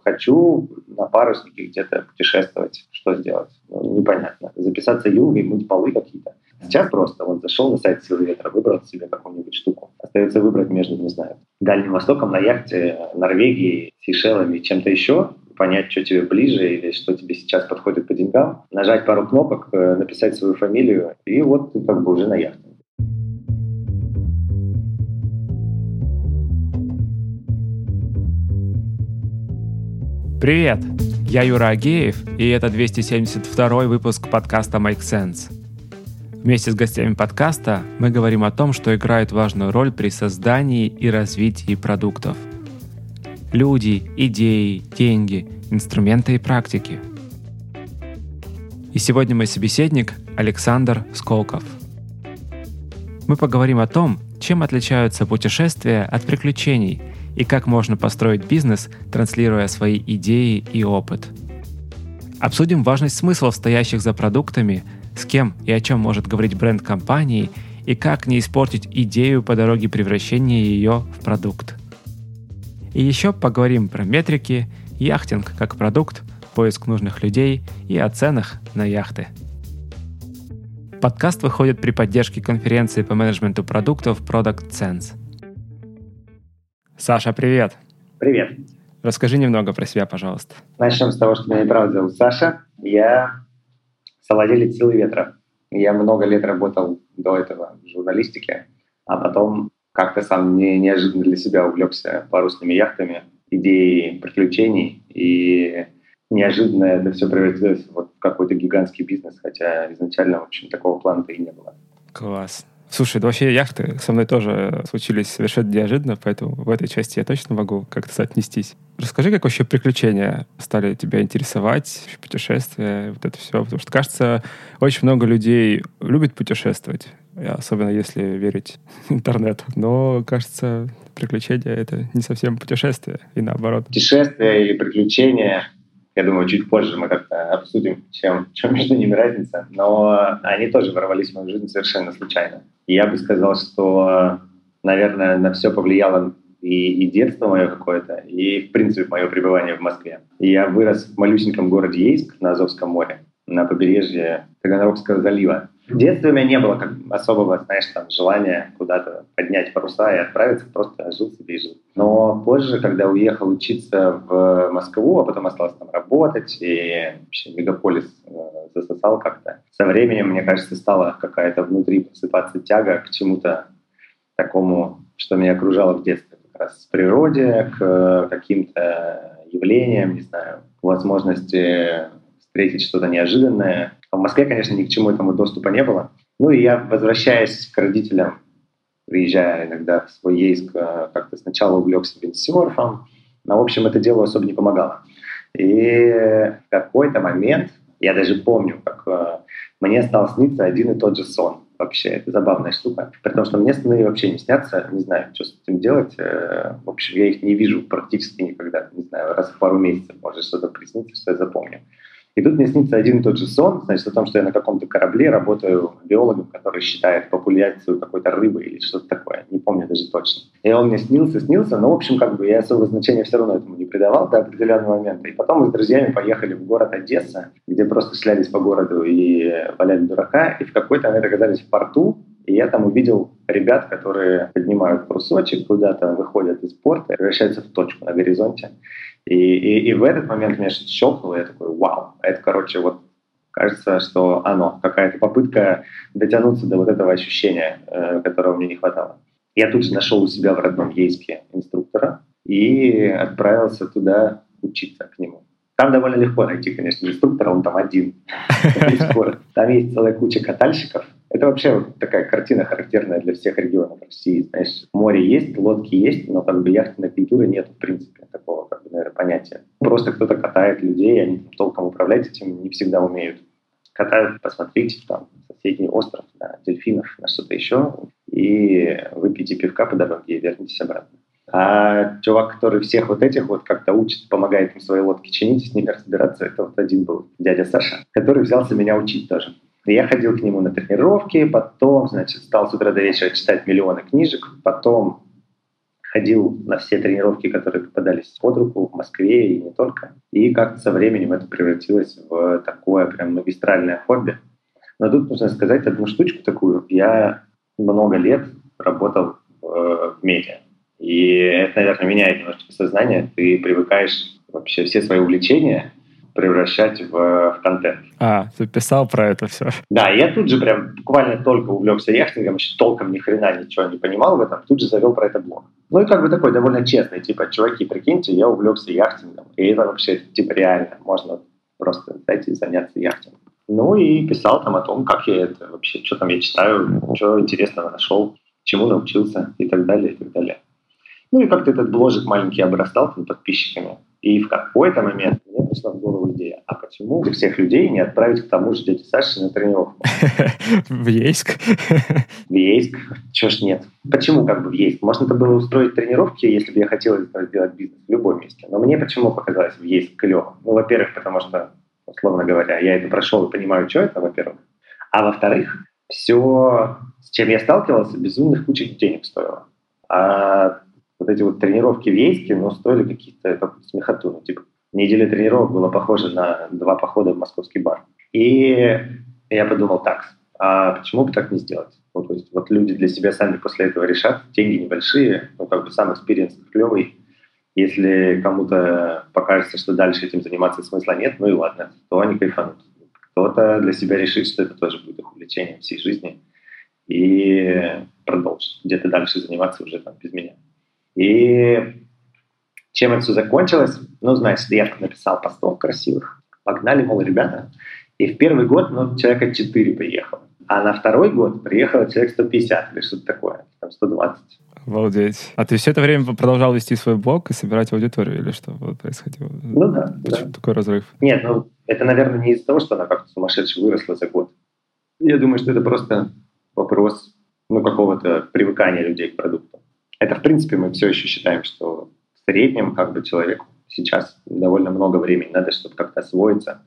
хочу на паруснике где-то путешествовать. Что сделать? Непонятно. Записаться йогой, мыть полы какие-то. Сейчас просто зашел на сайт «Силы ветра», выбрал себе какую-нибудь штуку. Остается выбрать между, не знаю, Дальним Востоком на яхте, Норвегией, Сейшелами и чем-то еще, понять, что тебе ближе или что тебе сейчас подходит по деньгам, нажать пару кнопок, написать свою фамилию, и вот ты уже на яхте. Привет! Я Юра Агеев, и это 272-й выпуск подкаста Make Sense. Вместе с гостями подкаста мы говорим о том, что играет важную роль при создании и развитии продуктов. Люди, идеи, деньги, инструменты и практики. И сегодня мой собеседник Александр Сколков. Мы поговорим о том, чем отличаются путешествия от приключений и как можно построить бизнес, транслируя свои идеи и опыт. Обсудим важность смыслов, стоящих за продуктами, с кем и о чем может говорить бренд компании и как не испортить идею по дороге превращения ее в продукт. И еще поговорим про метрики, яхтинг как продукт, поиск нужных людей и о ценах на яхты. Подкаст выходит при поддержке конференции по менеджменту продуктов Product Sense. Саша, привет! Привет! Расскажи немного про себя, пожалуйста. Начнем с того, что меня правда зовут Саша. Я совладелец «Силы ветра». Я много лет работал до этого в журналистике, а потом как-то сам неожиданно для себя увлекся парусными яхтами, идеей приключений, и неожиданно это все превратилось в какой-то гигантский бизнес, хотя изначально, в общем, такого плана-то и не было. Класс. Слушай, да вообще яхты со мной тоже случились совершенно неожиданно, поэтому в этой части я точно могу как-то соотнестись. Расскажи, как вообще приключения стали тебя интересовать, путешествия, вот это все, потому что, кажется, очень много людей любит путешествовать, особенно если верить интернету, но, кажется, приключения — это не совсем путешествие, и наоборот. Путешествия или приключения, я думаю, чуть позже мы как-то обсудим, чем между ними разница, но они тоже ворвались в мою жизнь совершенно случайно. И я бы сказал, что, наверное, на все повлияло и детство мое какое-то, и, в принципе, мое пребывание в Москве. И я вырос в малюсеньком городе Ейск на Азовском море, на побережье Таганрогского залива. В детстве у меня не было особого, желания куда-то поднять паруса и отправиться, просто жил себе и жил. Но позже, когда уехал учиться в Москву, а потом остался там работать, и вообще мегаполис засосал как-то, со временем, мне кажется, стала какая-то внутри просыпаться тяга к чему-то такому, что меня окружало в детстве, как раз к природе, к каким-то явлениям, не знаю, к возможности встретить что-то неожиданное. В Москве, конечно, ни к чему этому доступа не было. Ну и я, возвращаясь к родителям, приезжая иногда в свой Ейск, как-то сначала увлекся виндсерфом, но, в общем, это дело особо не помогало. И в какой-то момент, я даже помню, как мне стал сниться один и тот же сон. Вообще, это забавная штука. При том, что мне сны вообще не снятся, не знаю, что с этим делать. В общем, я их не вижу практически никогда, не знаю, раз в пару месяцев может что-то присниться, что я запомню. И тут мне снится один и тот же сон, значит, о том, что я на каком-то корабле работаю биологом, который считает популяцию какой-то рыбы или что-то такое. Не помню даже точно. И он мне снился, но, в общем, я особого значения все равно этому не придавал до определенного момента. И потом мы с друзьями поехали в город Одесса, где просто шлялись по городу и валяли дурака. И в какой-то момент оказались в порту, и я там увидел ребят, которые поднимают брусочек, куда-то выходят из порта и превращаются в точку на горизонте. И в этот момент меня что-то щелкнуло, и я такой, вау, это, кажется, что оно, какая-то попытка дотянуться до вот этого ощущения, которого мне не хватало. Я тут же нашел у себя в родном Ейске инструктора и отправился туда учиться к нему. Там довольно легко найти, конечно, инструктора, он там один. Там есть целая куча катальщиков. Это вообще такая картина, характерная для всех регионов России. Знаешь, море есть, лодки есть, но яхтенной культуры нет, в принципе, такого, наверное, понятия. Просто кто-то катает людей, они толком управлять этим не всегда умеют. Катают, посмотрите, там, соседний остров, на дельфинов, на что-то еще, и выпейте пивка по дороге и вернитесь обратно. А чувак, который всех этих как-то учит, помогает им свои лодки чинить, с ними разбираться, это один был дядя Саша, который взялся меня учить тоже. И я ходил к нему на тренировки, потом, стал с утра до вечера читать миллионы книжек, потом ходил на все тренировки, которые попадались под руку в Москве и не только. И как-то со временем это превратилось в такое прям магистральное хобби. Но тут нужно сказать одну штучку такую. Я много лет работал в медиа. И это, наверное, меняет немножко сознание. Ты привыкаешь вообще все свои увлечения превращать в контент. Ты писал про это все. Да, я тут же прям буквально только увлекся яхтингом, еще толком ни хрена ничего не понимал в этом, тут же завел про это блог. Ну и как бы такой довольно честный, типа, чуваки, прикиньте, я увлекся яхтингом, и это вообще, типа, реально, можно просто зайти и заняться яхтингом. Ну и писал там о том, как я это вообще, что там я читаю, что интересного нашел, чему научился и так далее, и так далее. Ну и как-то этот бложик маленький обрастал там подписчиками. И в какой-то момент мне пришла в голову идея, а почему всех людей не отправить к тому же дяде Саше на тренировку? В Ейск? В Ейск? Чего ж нет? Почему как бы в Ейск? Можно это было устроить тренировки, если бы я хотел сделать бизнес в любом месте. Но мне почему показалось в Ейск клево? Ну, во-первых, потому что, условно говоря, я это прошел и понимаю, что это, во-первых. А во-вторых, все, с чем я сталкивался, безумных кучек денег стоило. А вот эти вот тренировки в Ейске, стоили какую-то смехоту. Ну, типа, неделя тренировок была похожа на 2 похода в московский бар. И я подумал так, а почему бы так не сделать? Ну, то есть вот люди для себя сами после этого решат, деньги небольшие, сам экспириенс клевый. Если кому-то покажется, что дальше этим заниматься смысла нет, ну и ладно, то они кайфанут. Кто-то для себя решит, что это тоже будет их увлечением всей жизни и продолжит где-то дальше заниматься уже там без меня. И чем это все закончилось? Значит, я там написал постов красивых. Погнали, мол, ребята. И в первый год, человека 4 приехало. А на второй год приехало человек 150 или что-то такое. Там 120. Обалдеть. А ты все это время продолжал вести свой блог и собирать аудиторию? Или что происходило? Ну да. Почему такой разрыв? Нет, это, наверное, не из-за того, что она как-то сумасшедше выросла за год. Я думаю, что это просто вопрос какого-то привыкания людей к продукту. Это, в принципе, мы все еще считаем, что в среднем человеку сейчас довольно много времени надо, чтобы как-то освоиться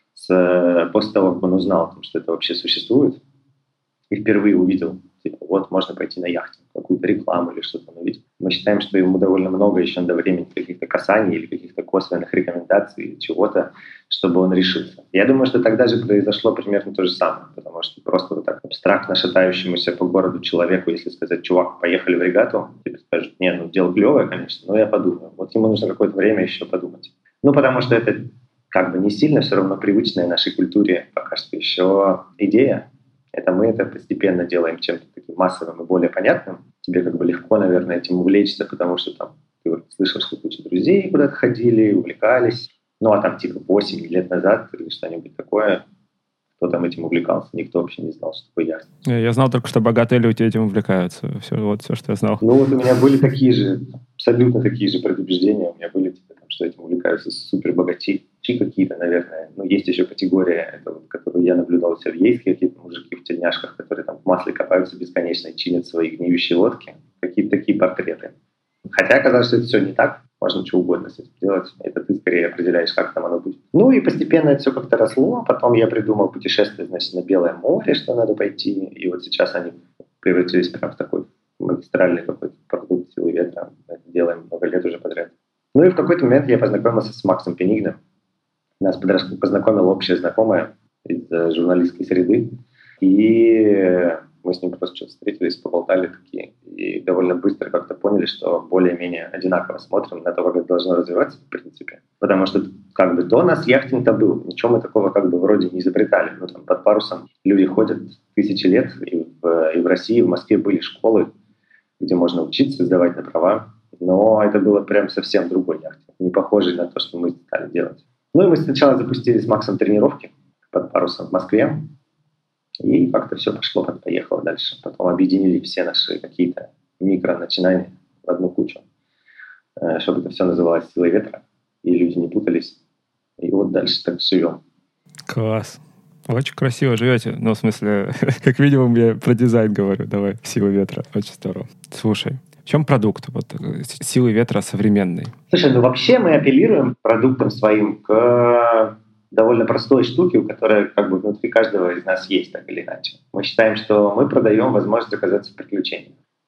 после того, как он узнал, что это вообще существует, и впервые увидел, вот можно пойти на яхтинг, какую-то рекламу или что-то увидеть. Мы считаем, что ему довольно много еще надо времени каких-то касаний или каких-то косвенных рекомендаций или чего-то, чтобы он решился. Я думаю, что тогда же произошло примерно то же самое, потому что просто вот так абстрактно шатающемуся по городу человеку, если сказать, чувак, поехали в регату, тебе скажут, дело клевое, конечно, но я подумаю. Вот ему нужно какое-то время еще подумать. Потому что это как бы не сильно все равно привычная нашей культуре пока что еще идея. Это мы это постепенно делаем чем-то таким массовым и более понятным. Тебе как бы легко, наверное, этим увлечься, потому что там ты вот слышал, что куча друзей куда-то ходили, увлекались. А там 8 лет назад или что-нибудь такое, кто там этим увлекался, никто вообще не знал, что такое яхтинг. Я знал только, что богатые люди этим увлекаются. Все, что я знал. У меня были такие же, абсолютно такие же предубеждения. У меня были, что этим увлекаются супербогачи какие-то, наверное. Есть еще категория, которую я наблюдал в Ейске, какие-то мужики в тельняшках, которые там в масле копаются бесконечно и чинят свои гниющие лодки. Какие-то такие портреты. Хотя оказалось, что это все не так. Можно что угодно с этим делать. Это ты скорее определяешь, как там оно будет. И постепенно это все как-то росло. Потом я придумал путешествие, на Белое море, что надо пойти. И вот сейчас они превратились прям в такой магистральный какой-то продукт «Силы ветра». Мы это делаем много лет уже подряд. И в какой-то момент я познакомился с Максом Пенигным. Нас познакомила общая знакомая из журналистской среды. И мы с ним просто что-то встретились, поболтали такие. И довольно быстро как-то поняли, что более-менее одинаково смотрим на то, как это должно развиваться, в принципе. Потому что до нас яхтинг-то был. Ничего мы такого вроде не изобретали. Под парусом люди ходят тысячи лет. И в России, и в Москве были школы, где можно учиться, сдавать на права. Но это было прям совсем другой яхтинг. Не похожий на то, что мы стали делать. И мы сначала запустили с Максом тренировки под парусом в Москве. И как-то все поехало дальше. Потом объединили все наши какие-то микроначинания в одну кучу, чтобы это все называлось «Силой ветра», и люди не путались. И вот дальше так живем. Класс. Очень красиво живете. В смысле, как минимум я про дизайн говорю. Давай, «Силы ветра». Очень здорово. Слушай, в чем продукт «Силы ветра» современный? Слушай, вообще мы апеллируем продуктом своим к довольно простой штуки, которая внутри каждого из нас есть, так или иначе. Мы считаем, что мы продаем возможность оказаться в приключениях.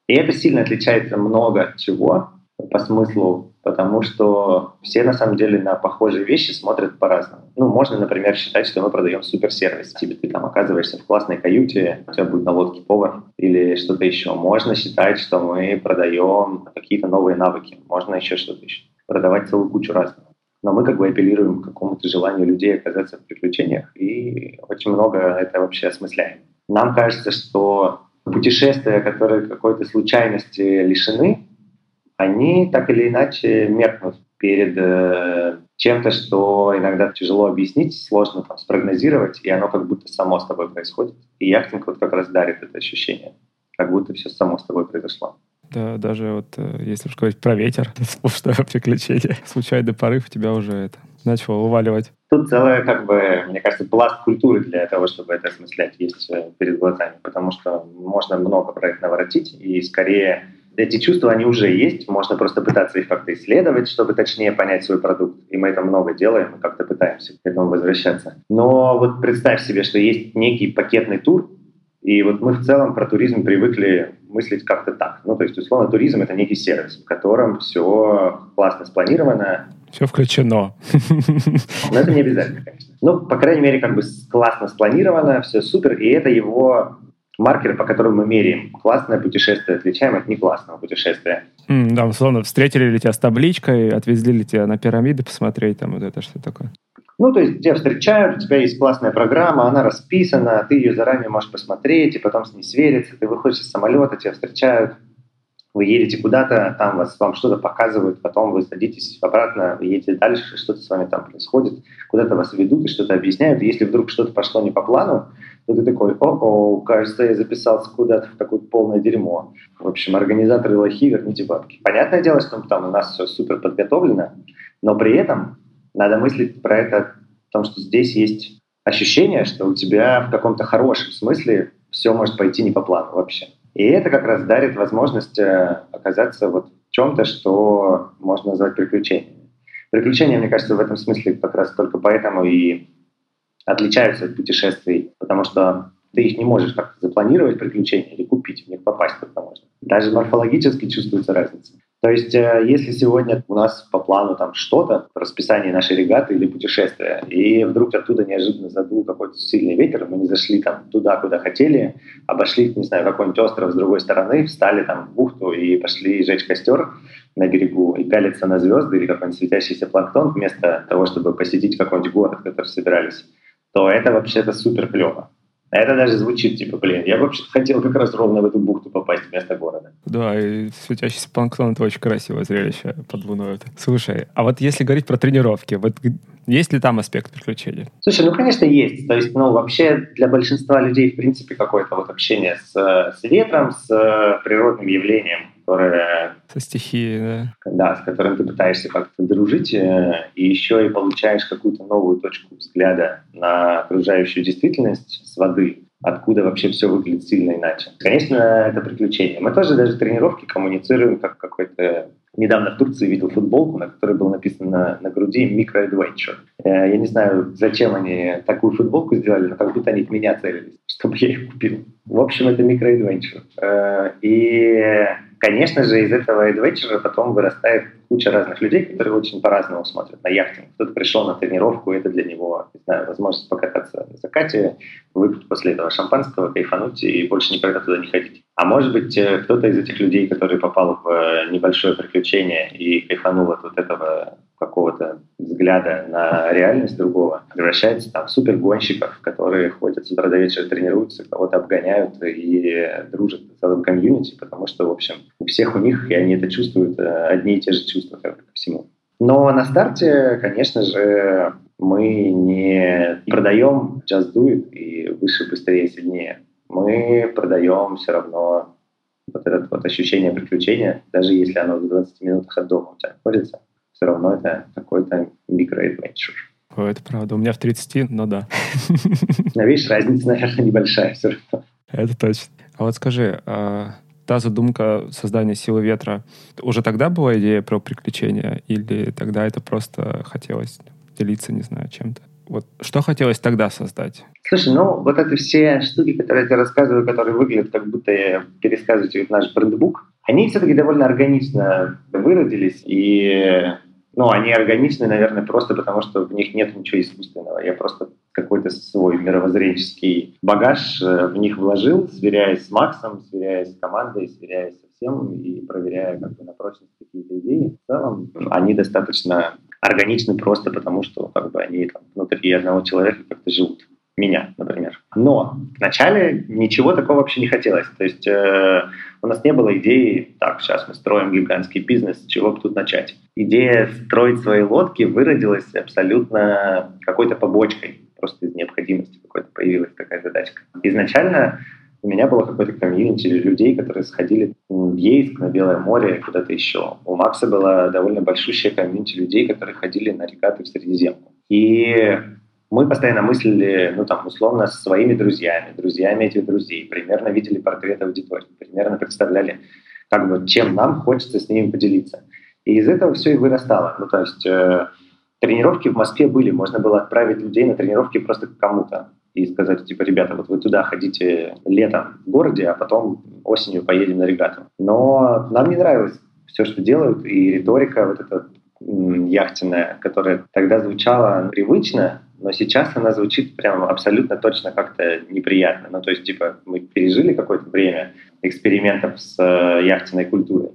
И это сильно отличается много от чего по смыслу, потому что все на самом деле на похожие вещи смотрят по-разному. Ну, можно, например, считать, что мы продаем суперсервис. Тебе ты там оказываешься в классной каюте, у тебя будет на лодке повар или что-то еще. Можно считать, что мы продаем какие-то новые навыки. Можно еще что-то еще. Продавать целую кучу разного. Но мы как бы апеллируем к какому-то желанию людей оказаться в приключениях и очень много это вообще осмысляем. Нам кажется, что путешествия, которые какой-то случайности лишены, они так или иначе меркнут перед чем-то, что иногда тяжело объяснить, сложно там спрогнозировать, и оно как будто само с тобой происходит. И яхтинг вот как раз дарит это ощущение, как будто все само с тобой произошло. Да, даже вот если уж говорить про ветер, сплошное приключение, случайный порыв тебя уже это начал уваливать. Тут целая, как бы, мне кажется, пласт культуры для того, чтобы это осмыслять, есть перед глазами, потому что можно много про это наворотить, и скорее эти чувства, они уже есть, можно просто пытаться их как-то исследовать, чтобы точнее понять свой продукт, и мы это много делаем, мы как-то пытаемся к этому возвращаться. Но вот представь себе, что есть некий пакетный тур, и вот мы в целом про туризм привыкли мыслить как-то так. Ну, то есть, условно, туризм — это некий сервис, в котором все классно спланировано. Все включено. Но это не обязательно, конечно. Ну, по крайней мере, как бы классно спланировано, все супер, и это его маркер, по которому мы меряем. Классное путешествие отличаем от неклассного путешествия. Да, условно, встретили ли тебя с табличкой, отвезли ли тебя на пирамиды посмотреть, там вот это что такое. Ну, то есть тебя встречают, у тебя есть классная программа, она расписана, ты ее заранее можешь посмотреть, и потом с ней свериться, ты выходишь из самолета, тебя встречают, вы едете куда-то, там вам что-то показывают, потом вы садитесь обратно, едете дальше, что-то с вами там происходит, куда-то вас ведут и что-то объясняют, и если вдруг что-то пошло не по плану, то ты такой: о-о, кажется, я записался куда-то в такое полное дерьмо. В общем, организаторы лохи, верните бабки. Понятное дело, что там у нас все супер подготовлено, но при этом надо мыслить про это, о том, что здесь есть ощущение, что у тебя в каком-то хорошем смысле все может пойти не по плану вообще. И это как раз дарит возможность оказаться вот в чем-то, что можно назвать приключениями. Приключения, мне кажется, в этом смысле как раз только поэтому и отличаются от путешествий, потому что ты их не можешь как-то запланировать, приключения, или купить, в них попасть только можно. Даже морфологически чувствуется разница. То есть, если сегодня у нас по плану там что-то, расписание нашей регаты или путешествия, и вдруг оттуда неожиданно задул какой-то сильный ветер, мы не зашли там туда, куда хотели, обошли, не знаю, какой-нибудь остров с другой стороны, встали там в бухту и пошли жечь костер на берегу и пялиться на звезды или какой-нибудь светящийся планктон вместо того, чтобы посетить какой-нибудь город, в который собирались, то это вообще-то супер клево. Это даже звучит типа, я вообще-то хотел как раз ровно в эту бухту попасть вместо города. Да, и светящийся планктон — это очень красивое зрелище под луной. Слушай, а вот если говорить про тренировки, вот есть ли там аспект приключения? Слушай, ну, конечно, есть. То есть, вообще для большинства людей, в принципе, какое-то вот общение с ветром, с природным явлением, которое... Со стихией, да. Да, с которым ты пытаешься как-то дружить, и еще и получаешь какую-то новую точку взгляда на окружающую действительность с воды, откуда вообще все выглядит сильно иначе. Конечно, это приключение. Мы тоже даже тренировки коммуницируем как какой-то... Недавно в Турции видел футболку, на которой было написано на груди «Micro-Adventure». Я не знаю, зачем они такую футболку сделали, но как будто они в меня целились, чтобы я их купил. В общем, это Micro-Adventure. И, конечно же, из этого adventure потом вырастает куча разных людей, которые очень по-разному смотрят на яхтинг. Кто-то пришел на тренировку, и это для него, не знаю, возможность покататься на закате, выпить после этого шампанского, кайфануть и больше никогда туда не ходить. А может быть, кто-то из этих людей, который попал в небольшое приключение и кайфанул от вот этого какого-то взгляда на реальность другого, превращается там в супергонщиков, которые ходят с утра до вечера, тренируются, кого-то обгоняют и дружат с целым комьюнити, потому что, в общем, у всех у них, и они это чувствуют, одни и те же чувства ко всему. Но на старте, конечно же, мы не продаем just do it и выше, быстрее, сильнее. Мы продаем все равно вот это вот ощущение приключения, даже если оно в 20 минутах от дома у тебя находится, все равно это какой-то микро-адвенчур. Ой, это правда. У меня в 30, но да. Но видишь, разница, наверное, небольшая все равно. Это точно. А вот скажи, та задумка создания «Силы ветра», уже тогда была идея про приключения? Или тогда это просто хотелось делиться, не знаю, чем-то? Вот что хотелось тогда создать? Слушай, вот это все штуки, которые я тебе рассказываю, которые выглядят, как будто я пересказываю тебе наш брендбук, они все-таки довольно органично выродились, и они органичны, наверное, просто потому, что в них нет ничего искусственного. Я просто какой-то свой мировоззренческий багаж в них вложил, сверяясь с Максом, сверяясь с командой, сверяясь со всем и проверяя на прочность какие-то идеи. В целом они достаточно органичны просто потому, что они внутри одного человека как-то живут. Меня, например. Но вначале ничего такого вообще не хотелось. То есть у нас не было идеи, так, сейчас мы строим гигантский бизнес, с чего бы тут начать. Идея строить свои лодки выродилась абсолютно какой-то побочкой. Просто из необходимости какой-то появилась такая задачка. Изначально у меня было какое-то комьюнити людей, которые сходили в Ейск, на Белое море, куда-то еще. У Макса было довольно большущее комьюнити людей, которые ходили на регаты в Средиземку. И мы постоянно мыслили, условно, со своими друзьями этих друзей, примерно видели портрет аудитории, примерно представляли, чем нам хочется с ними поделиться. И из этого все и вырастало. Тренировки в Москве были, можно было отправить людей на тренировки просто к кому-то и сказать, ребята, вот вы туда ходите летом в городе, а потом осенью поедем на регату. Но нам не нравилось все, что делают, и риторика вот эта яхтенная, которая тогда звучала привычно, но сейчас она звучит прям абсолютно точно как-то неприятно. Мы пережили какое-то время экспериментов с яхтенной культурой,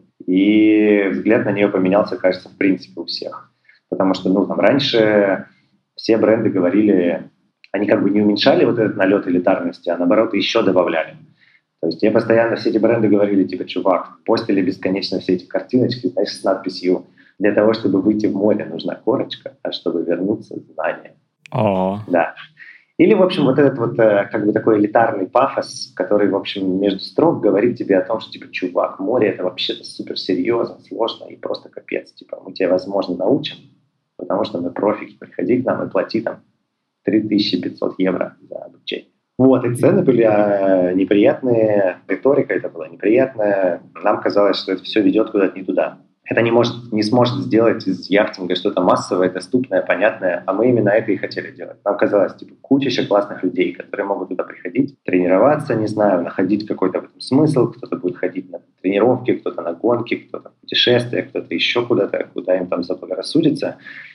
и взгляд на нее поменялся, кажется, в принципе у всех. Потому что, раньше все бренды говорили, они не уменьшали вот этот налет элитарности, а наоборот еще добавляли. То есть я постоянно, все эти бренды говорили, чувак, постили бесконечно все эти картиночки, с надписью «Для того, чтобы выйти в море, нужна корочка, а чтобы вернуться – знание». Да. Или, в общем, вот этот такой элитарный пафос, который, в общем, между строк говорит тебе о том, что, чувак, море – это вообще-то суперсерьезно, сложно и просто капец. Мы тебя, возможно, научим, потому что мы профики, приходи к нам и плати 3500 евро за обучение. И цены были неприятные, риторика это была неприятная. Нам казалось, что это все ведет куда-то не туда. Это не сможет сделать из яхтинга что-то массовое, доступное, понятное, а мы именно это и хотели делать. Нам казалось, куча еще классных людей, которые могут туда приходить, тренироваться, находить какой-то в этом смысл, кто-то будет ходить на тренировки, кто-то на гонки, кто-то в путешествия, кто-то еще куда-то, куда им заблагорассудится.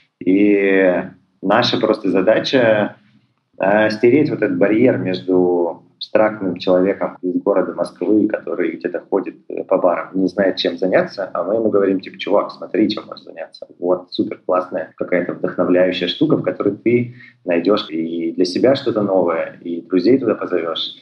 И наша просто задача стереть вот этот барьер между абстрактным человеком из города Москвы, который где-то ходит по барам, не знает, чем заняться, а мы ему говорим, чувак, смотри, чем можешь заняться. Вот, супер классная какая-то вдохновляющая штука, в которой ты найдешь и для себя что-то новое, и друзей туда позовешь,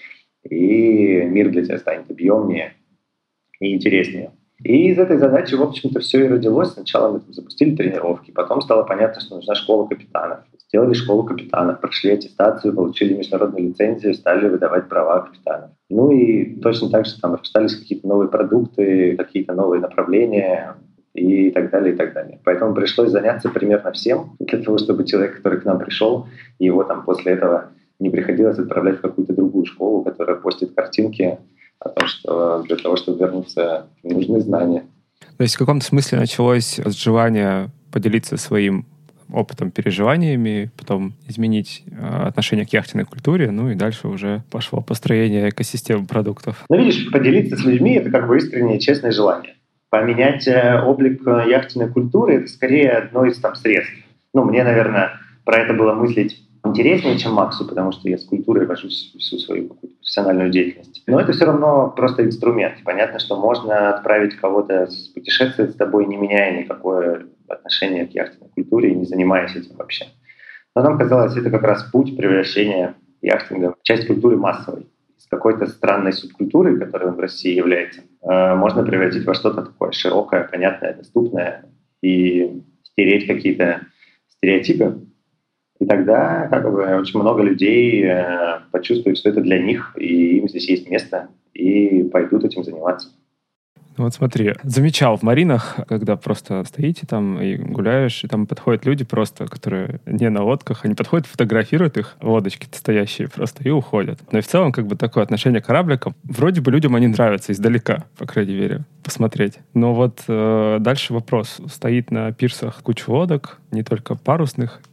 и мир для тебя станет объемнее и интереснее. И из этой задачи, в общем-то, все и родилось. Сначала мы запустили тренировки, потом стало понятно, что нужна школа капитанов. Сделали школу капитанов, прошли аттестацию, получили международную лицензию, стали выдавать права капитанов. И точно так же рождались какие-то новые продукты, какие-то новые направления и так далее, и так далее. Поэтому пришлось заняться примерно всем, для того, чтобы человек, который к нам пришел, его после этого не приходилось отправлять в какую-то другую школу, которая постит картинки о том, что для того, чтобы вернуться, нужны знания. То есть в каком-то смысле началось желание поделиться своим опытом, переживаниями, потом изменить отношение к яхтенной культуре, и дальше уже пошло построение экосистемы продуктов. Видишь, поделиться с людьми — это искреннее, честное желание. Поменять облик яхтенной культуры — это скорее одно из средств. Мне, наверное, про это было мыслить интереснее, чем Максу, потому что я с культурой вожусь всю свою какую-то профессиональную деятельность. Но это все равно просто инструмент. Понятно, что можно отправить кого-то путешествовать с тобой, не меняя никакое отношение к яхтенной культуре и не занимаясь этим вообще. Но нам казалось, это как раз путь превращения яхтинга в часть культуры массовой. Из какой-то странной субкультуры, которой он в России является, можно превратить во что-то такое широкое, понятное, доступное и стереть какие-то стереотипы. И тогда очень много людей почувствуют, что это для них, и им здесь есть место, и пойдут этим заниматься. Смотри, замечал в маринах, когда просто стоите там и гуляешь, и там подходят люди просто, которые не на лодках, они подходят, фотографируют их, лодочки-то стоящие просто, и уходят. Но и в целом такое отношение к корабликам, вроде бы людям они нравятся издалека, по крайней мере, посмотреть. Но дальше вопрос. Стоит на пирсах куча лодок, не только парусных,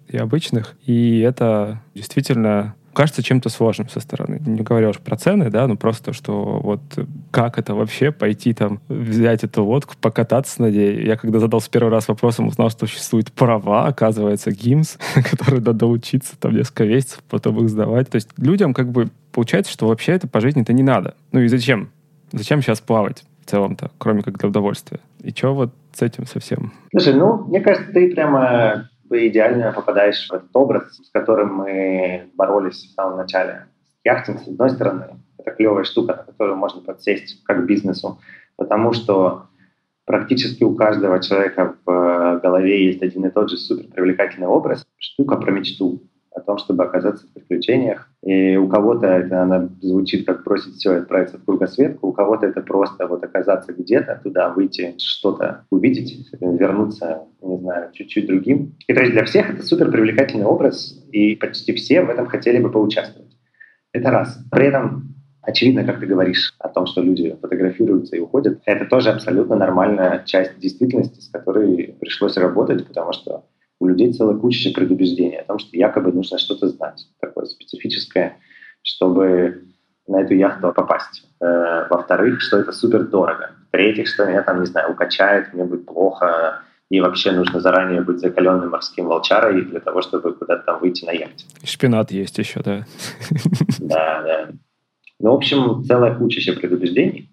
и обычных. И это действительно кажется чем-то сложным со стороны. Не говоря уж про цены, да, но просто, что вот как это вообще пойти там, взять эту лодку, покататься на ней. Я когда задался первый раз вопросом, узнал, что существуют права, оказывается, ГИМС, которые надо учиться там несколько месяцев, потом их сдавать. То есть людям как бы получается, что вообще это по жизни-то не надо. Ну и зачем? Зачем сейчас плавать в целом-то, кроме как для удовольствия? И что вот с этим совсем? Слушай, мне кажется, ты прямо идеально попадаешь в этот образ, с которым мы боролись в самом начале. Яхтинг, с одной стороны, это клевая штука, на которую можно подсесть как к бизнесу, потому что практически у каждого человека в голове есть один и тот же супер привлекательный образ, штука про мечту, о том, чтобы оказаться в приключениях. И у кого-то она звучит как бросить все и отправиться в кругосветку, у кого-то это просто вот оказаться где-то, туда выйти, что-то увидеть, вернуться, не знаю, чуть-чуть другим. И то есть для всех это супер привлекательный образ, и почти все в этом хотели бы поучаствовать. Это раз. При этом очевидно, как ты говоришь о том, что люди фотографируются и уходят, это тоже абсолютно нормальная часть действительности, с которой пришлось работать, потому что у людей целая куча предубеждений о том, что якобы нужно что-то знать, такое специфическое, чтобы на эту яхту попасть. Во-вторых, что это супер дорого. В-третьих, что меня там, не знаю, укачает, мне будет плохо, и вообще нужно заранее быть закаленным морским волчарой для того, чтобы куда-то там выйти на яхте. Шпинат есть еще, да. Да. Ну, в общем, целая куча еще предубеждений.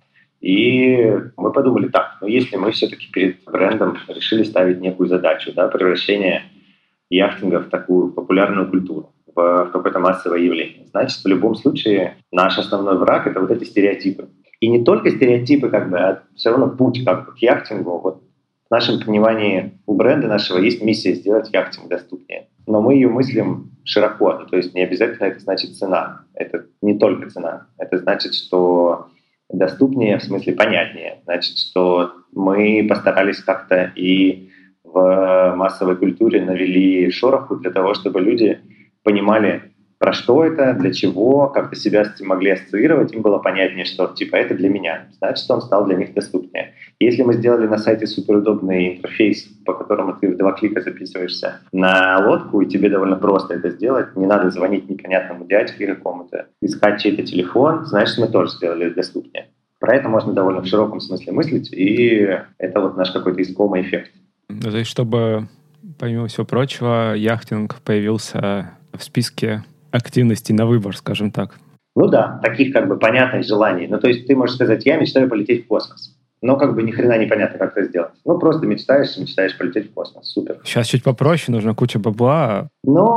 И мы подумали так, если мы все-таки перед брендом решили ставить некую задачу, да, превращение яхтинга в такую популярную культуру, в какое-то массовое явление, значит, в любом случае наш основной враг — это вот эти стереотипы. И не только стереотипы, а все равно путь к яхтингу. Вот в нашем понимании у бренда нашего есть миссия сделать яхтинг доступнее. Но мы ее мыслим широко, то есть не обязательно это значит цена. Это не только цена. Это значит, что доступнее, в смысле понятнее. Значит, что мы постарались как-то и в массовой культуре навели шороху для того, чтобы люди понимали, про что это, для чего, как-то себя с этим могли ассоциировать, им было понятнее, что типа это для меня, значит, он стал для них доступнее. Если мы сделали на сайте суперудобный интерфейс, по которому ты в 2 клика записываешься на лодку, и тебе довольно просто это сделать, не надо звонить непонятному дядьке какому-то, искать чей-то телефон, значит, мы тоже сделали доступнее. Про это можно довольно в широком смысле мыслить, и это вот наш какой-то искомый эффект. То есть, чтобы, помимо всего прочего, яхтинг появился в списке активностей на выбор, скажем так. Ну да, таких понятных желаний. То есть ты можешь сказать, я мечтаю полететь в космос. Но ни хрена непонятно, как это сделать. Просто мечтаешь полететь в космос. Супер. Сейчас чуть попроще, нужна куча бабла.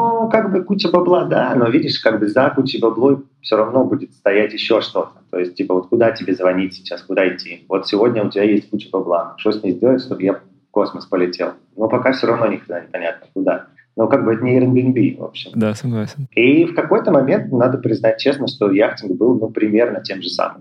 Куча бабла, да, но видишь, за кучей баблой все равно будет стоять еще что-то. То есть, куда тебе звонить сейчас, куда идти? Вот сегодня у тебя есть куча бабла. Что с ней сделать, чтобы я в космос полетел? Но пока все равно ни хрена непонятно, куда. Это не Airbnb, в общем. Да, согласен. И в какой-то момент надо признать честно, что яхтинг был, примерно тем же самым.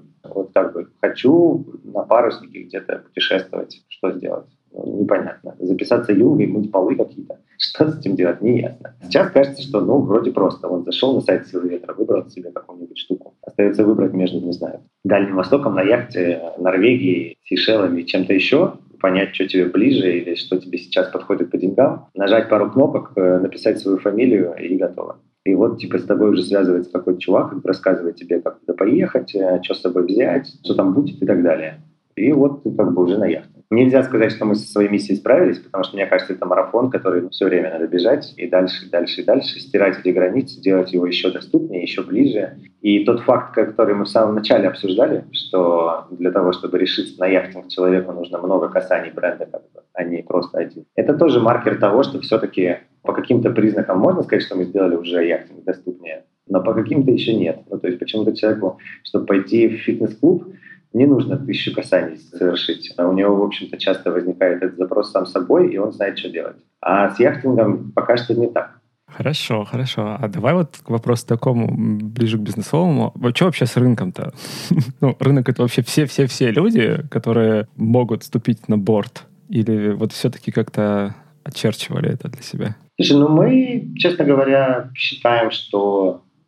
Хочу на паруснике где-то путешествовать, что сделать? Непонятно. Записаться юнгой, мыть полы какие-то. Что с этим делать? Неясно. Сейчас кажется, что, вроде просто. Он зашел на сайт «Силы ветра», выбрал себе какую-нибудь штуку. Остается выбрать между, не знаю, Дальним Востоком на яхте, Норвегией, Сейшелами и чем-то еще, понять, что тебе ближе или что тебе сейчас подходит по деньгам, нажать пару кнопок, написать свою фамилию и готово. И с тобой уже связывается какой-то чувак, рассказывает тебе, как туда поехать, что с собой взять, что там будет и так далее. И ты уже на яхте. Нельзя сказать, что мы со своей миссией справились, потому что, мне кажется, это марафон, который все время надо бежать и дальше, стирать эти границы, делать его еще доступнее, еще ближе. И тот факт, который мы в самом начале обсуждали, что для того, чтобы решиться на яхтинг, человеку нужно много касаний бренда, а не просто один. Это тоже маркер того, что все-таки по каким-то признакам можно сказать, что мы сделали уже яхтинг доступнее, но по каким-то еще нет. То есть почему-то человеку, чтобы пойти в фитнес-клуб, не нужно 1000 касаний совершить. У него, в общем-то, часто возникает этот запрос сам собой, и он знает, что делать. А с яхтингом пока что не так. Хорошо. А давай к вопросу такому, ближе к бизнесовому. Что вообще с рынком-то? Рынок — это вообще все люди, которые могут вступить на борт? Или все-таки как-то очерчивали это для себя? Слушай, мы, честно говоря, считаем, что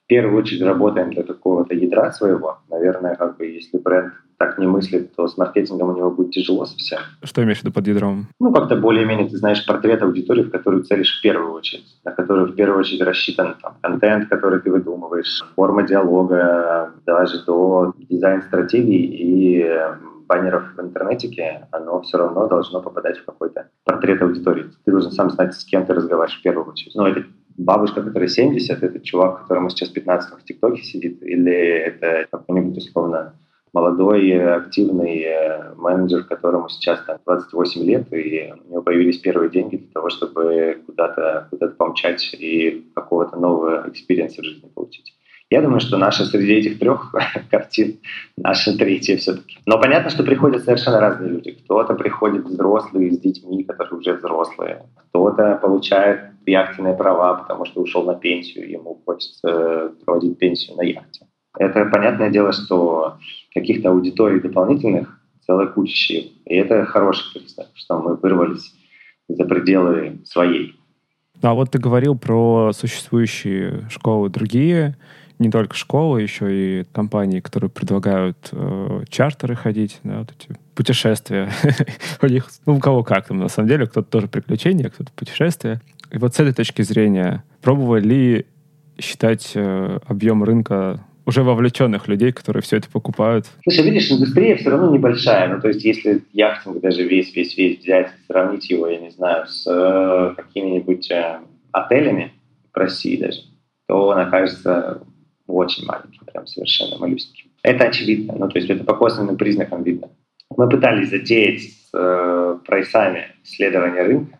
первую очередь работаем для какого-то ядра своего. Наверное, если бренд так не мыслит, то с маркетингом у него будет тяжело совсем. Что имеешь в виду под ядром? Как-то более-менее ты знаешь портрет аудитории, в которую целишь в первую очередь, на которую в первую очередь рассчитан контент, который ты выдумываешь, форма диалога, даже до дизайн-стратегии и баннеров в интернетике, оно все равно должно попадать в какой-то портрет аудитории. Ты должен сам знать, с кем ты разговариваешь в первую очередь. Это бабушка, которая 70, это чувак, которому сейчас 15 в ТикТоке сидит, или это какой-нибудь, условно, молодой, активный менеджер, которому сейчас 28 лет, и у него появились первые деньги для того, чтобы куда-то помчать и какого-то нового экспириенса в жизни получить. Я думаю, что наша среди этих трех картин, наша третья все-таки. Но понятно, что приходят совершенно разные люди. Кто-то приходит взрослые с детьми, которые уже взрослые. Кто-то получает яхтенные права, потому что ушел на пенсию, ему хочется проводить пенсию на яхте. Это понятное дело, что каких-то аудиторий дополнительных целая куча. И это хороший признак, что мы вырвались за пределы своей. А вот ты говорил про существующие школы другие, не только школы, еще и компании, которые предлагают чартеры ходить, эти путешествия. У них, у кого как там, на самом деле, кто-то тоже приключения, кто-то путешествия. И вот с этой точки зрения, пробовали ли считать объем рынка уже вовлеченных людей, которые все это покупают? Слушай, видишь, индустрия все равно небольшая. То есть, если яхтинг даже весь взять, сравнить его, я не знаю, с какими-нибудь отелями в России даже, то он окажется очень маленьким, прям совершенно малюсеньким. Это очевидно, то есть это по косвенным признакам видно. Мы пытались затеять с прайсами исследования рынка,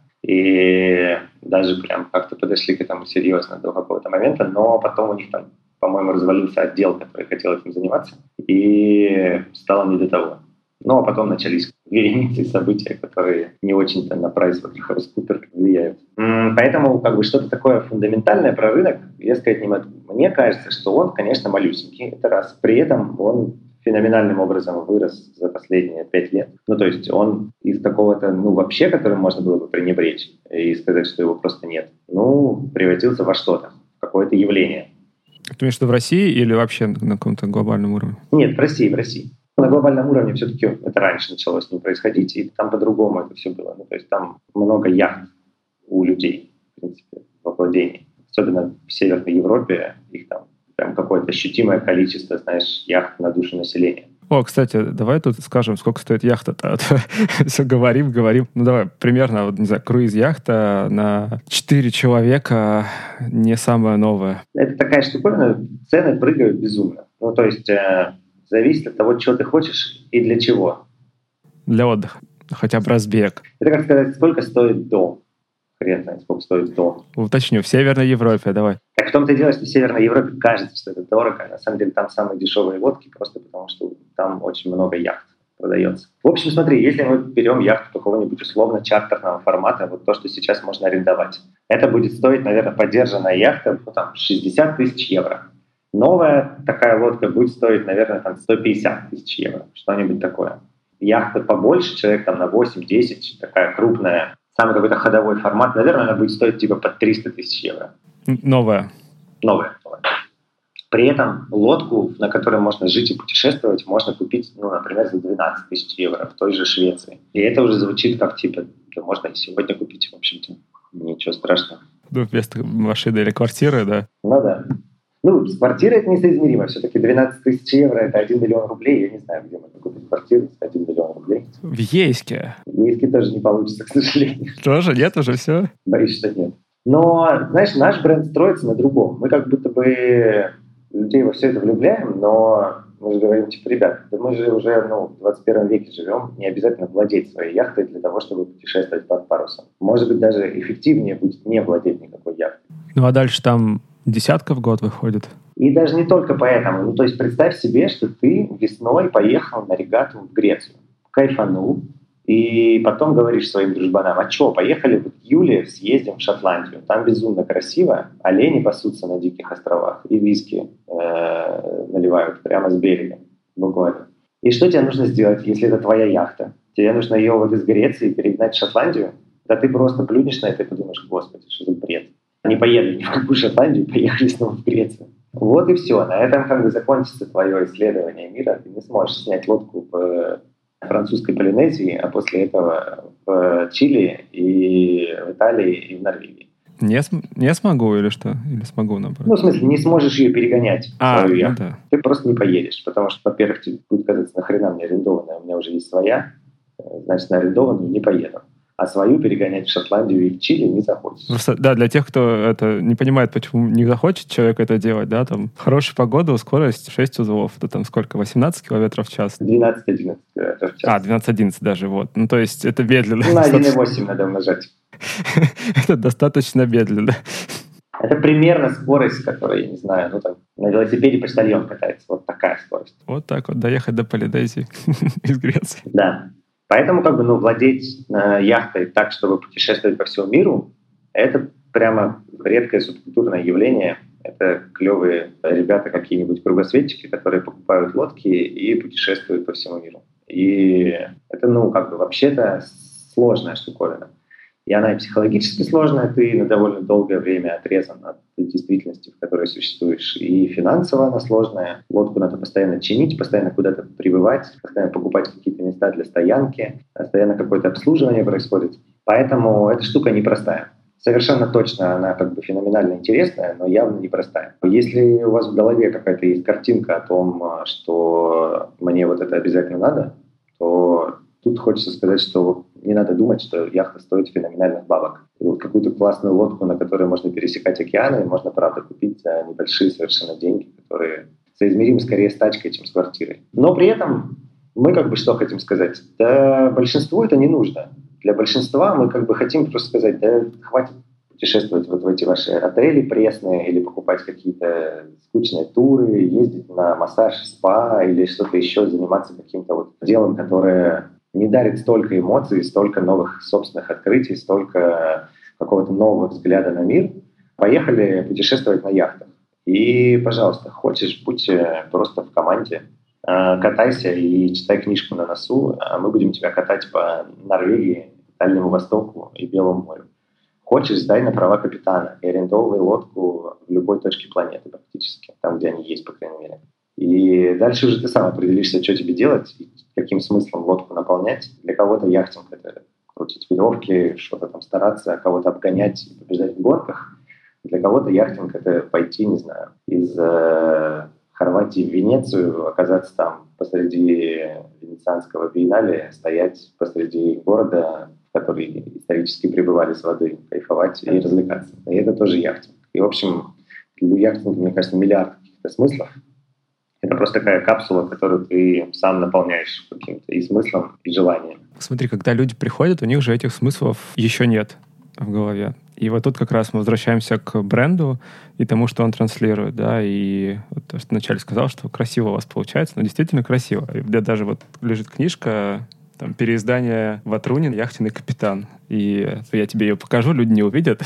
и даже прям как-то подошли к этому серьезно до какого-то момента, но потом у них там, по-моему, развалился отдел, который хотел этим заниматься, и стало не до того. А потом начались вереницы события, которые не очень-то на прайс PricewaterhouseCoopers влияют. Поэтому что-то такое фундаментальное про рынок я сказать не могу. Мне кажется, что он, конечно, малюсенький, это раз. При этом он феноменальным образом вырос за последние 5 лет. То есть он из какого-то, вообще, которым можно было бы пренебречь и сказать, что его просто нет, превратился во что-то, в какое-то явление. Ты имеешь в виду в России или вообще на каком-то глобальном уровне? Нет, в России. На глобальном уровне все-таки это раньше начало с ним происходить, и там по-другому это все было. То есть там много яхт у людей, в принципе, во владении. Особенно в Северной Европе их там прям какое-то ощутимое количество, знаешь, яхт на душу населения. О, кстати, давай тут скажем, сколько стоит яхта-то. Все говорим. Давай, примерно, круиз-яхта на 4 человека не самая новая. Это такая штуковина, цены прыгают безумно. То есть зависит от того, чего ты хочешь и для чего. Для отдыха. Хотя бы разбег. Это как сказать, сколько стоит дом. Хрен знает, сколько стоит дом. Уточню, в Северной Европе, давай. Так в том-то и дело, что в Северной Европе кажется, что это дорого. На самом деле там самые дешевые лодки, просто потому что там очень много яхт продается. В общем, смотри, если мы берем яхту какого-нибудь условно чартерного формата, то, что сейчас можно арендовать, это будет стоить, наверное, подержанная яхта, 60 тысяч евро. Новая такая лодка будет стоить, наверное, 150 тысяч евро, что-нибудь такое. Яхта побольше, человек на 8-10, такая крупная, самый какой-то ходовой формат, наверное, она будет стоить под 300 тысяч евро. Новая. При этом лодку, на которой можно жить и путешествовать, можно купить, например, за 12 тысяч евро в той же Швеции. И это уже звучит как, да можно и сегодня купить, в общем-то, ничего страшного. Вместо машины или квартиры, да? Да. С квартирой это несоизмеримо. Все-таки 12 тысяч евро – это 1 миллион рублей. Я не знаю, где можно купить квартиру за 1 миллион рублей. В Ейске. В Ейске тоже не получится, к сожалению. Тоже? Нет уже все? Боюсь, что нет. Но, знаешь, наш бренд строится на другом. Мы как будто бы людей во все это влюбляем, но мы же говорим, ребят, да мы же уже в 21 веке живем, не обязательно владеть своей яхтой для того, чтобы путешествовать под парусом. Может быть, даже эффективнее будет не владеть никакой яхтой. А дальше там десятка в год выходит? И даже не только поэтому. То есть представь себе, что ты весной поехал на регату в Грецию, кайфанул, и потом говоришь своим дружбанам, поехали в июле съездим в Шотландию. Там безумно красиво, олени пасутся на диких островах, и виски наливают прямо с берега, буквально. И что тебе нужно сделать, если это твоя яхта? Тебе нужно ее из Греции перегнать в Шотландию? Да ты просто плюнешь на это и подумаешь, господи, что за бред. Они поехали ни в какую Шотландию, поехали снова в Грецию. Вот и все. На этом как бы закончится твое исследование мира. Ты не сможешь снять лодку в французской Полинезии, а после этого в Чили и в Италии и в Норвегии. Не смогу или что? Или смогу, наоборот? Ну, в смысле, не сможешь ее перегонять, свою яхту. Да. Ты просто не поедешь, потому что, во-первых, тебе будет казаться, нахрена мне арендованная, у меня уже есть своя, значит, на арендованную не поеду. А свою перегонять в Шотландию и в Чили не захочешь. Просто, да, для тех, кто это не понимает, почему не захочет человек это делать, да, там, хорошая погода, скорость 6 узлов, это там сколько, 18 километров в час? 12-11 километров в час. 12-11 даже, вот. Ну, то есть это медленно. На 1,8 надо умножать. Это достаточно медленно. Это примерно скорость, которая, я не знаю, ну там на велосипеде почтальон катается. Вот такая скорость. Вот так вот, доехать до Полинезии из Греции. Да. Поэтому как бы, владеть яхтой так, чтобы путешествовать по всему миру, это прямо редкое субкультурное явление. Это клевые ребята, какие-нибудь кругосветчики, которые покупают лодки и путешествуют по всему миру. И это, вообще-то сложная штуковина. И она и психологически сложная, ты на довольно долгое время отрезан от действительности, в которой существуешь. И финансово она сложная. Лодку надо постоянно чинить, постоянно куда-то прибывать, постоянно покупать какие-то места для стоянки, постоянно какое-то обслуживание происходит. Поэтому эта штука непростая. Совершенно точно она как бы феноменально интересная, но явно непростая. Если у вас в голове какая-то есть картинка о том, что мне вот это обязательно надо, то тут хочется сказать, что не надо думать, что яхта стоит феноменальных бабок. И вот какую-то классную лодку, на которой можно пересекать океаны, можно, правда, купить за небольшие совершенно деньги, которые соизмеримы скорее с тачкой, чем с квартирой. Но при этом мы как бы что хотим сказать? Да большинству это не нужно. Для большинства мы как бы хотим просто сказать, да хватит путешествовать вот в эти ваши отели пресные или покупать какие-то скучные туры, ездить на массаж, спа или что-то еще, заниматься каким-то вот делом, которое не дарит столько эмоций, столько новых собственных открытий, столько какого-то нового взгляда на мир. Поехали путешествовать на яхтах. И, пожалуйста, хочешь, будь просто в команде, катайся и читай книжку на носу, а мы будем тебя катать по Норвегии, Дальнему Востоку и Белому морю. Хочешь, сдай на права капитана и арендовывай лодку в любой точке планеты практически, там, где они есть, по крайней мере. И дальше уже ты сам определишься, что тебе делать, и каким смыслом лодку наполнять. Для кого-то яхтинг — это крутить веревки, что-то там стараться, кого-то обгонять и побеждать в гонках. Для кого-то яхтинг — это пойти, не знаю, из Хорватии в Венецию, оказаться там посреди Венецианского биеннале, стоять посреди города, в который исторически прибывали с воды, кайфовать и развлекаться. И это тоже яхтинг. И, в общем, для яхтинга, мне кажется, миллиард каких-то смыслов. Это просто такая капсула, которую ты сам наполняешь каким-то и смыслом, и желанием. Смотри, когда люди приходят, у них же этих смыслов еще нет в голове. И вот тут как раз мы возвращаемся к бренду и тому, что он транслирует, да, и вот то, что вначале сказал, что красиво у вас получается, но действительно красиво. И где даже вот лежит книжка, там, переиздание Ватрунин «Яхтенный капитан». И я тебе ее покажу, люди не увидят.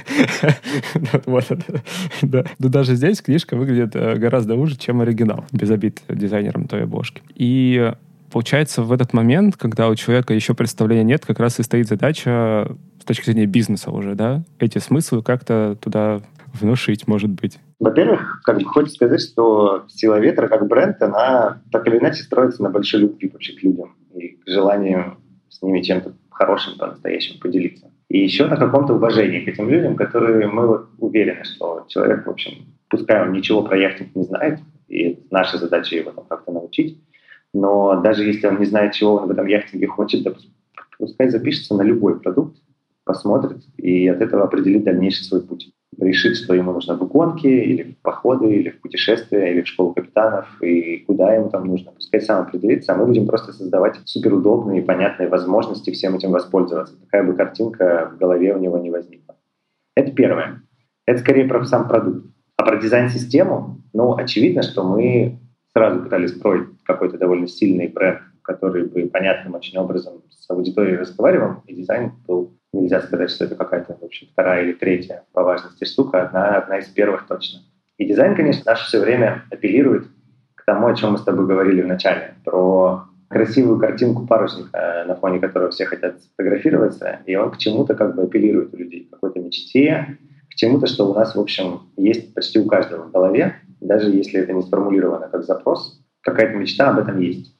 Но даже здесь книжка выглядит гораздо хуже, чем оригинал, без обид дизайнером той обложки. И получается, в этот момент, когда у человека еще представления нет, как раз и стоит задача с точки зрения бизнеса уже, да, эти смыслы как-то туда внушить, может быть. Во-первых, хочется сказать, что «Сила ветра» как бренд, она так или иначе строится на большой любви вообще к людям и к желанию с ними чем-то хорошим по-настоящему поделиться. И еще на каком-то уважении к этим людям, которые мы вот уверены, что человек, в общем, пускай он ничего про яхтинг не знает, и наша задача его там как-то научить, но даже если он не знает, чего он в этом яхтинге хочет, да, пускай запишется на любой продукт, посмотрит и от этого определит дальнейший свой путь. Решит, что ему нужно в гонки, или в походы, или в путешествия, или в школу капитанов, и куда ему там нужно. Пускай сам определится, а мы будем просто создавать суперудобные и понятные возможности всем этим воспользоваться. Какая бы картинка в голове у него не возникла. Это первое. Это скорее про сам продукт. А про дизайн-систему, очевидно, что мы сразу пытались строить какой-то довольно сильный бренд, который бы понятным очень образом с аудиторией разговаривал, и дизайн был, нельзя сказать, что это какая-то, в общем, вторая или третья по важности штука, одна из первых точно. И дизайн, конечно, наш все время апеллирует к тому, о чем мы с тобой говорили в начале, про красивую картинку парусника, на фоне которого все хотят сфотографироваться, и он к чему-то как бы апеллирует у людей, к какой-то мечте, к чему-то, что у нас, в общем, есть почти у каждого в голове, даже если это не сформулировано как запрос, какая-то мечта об этом есть.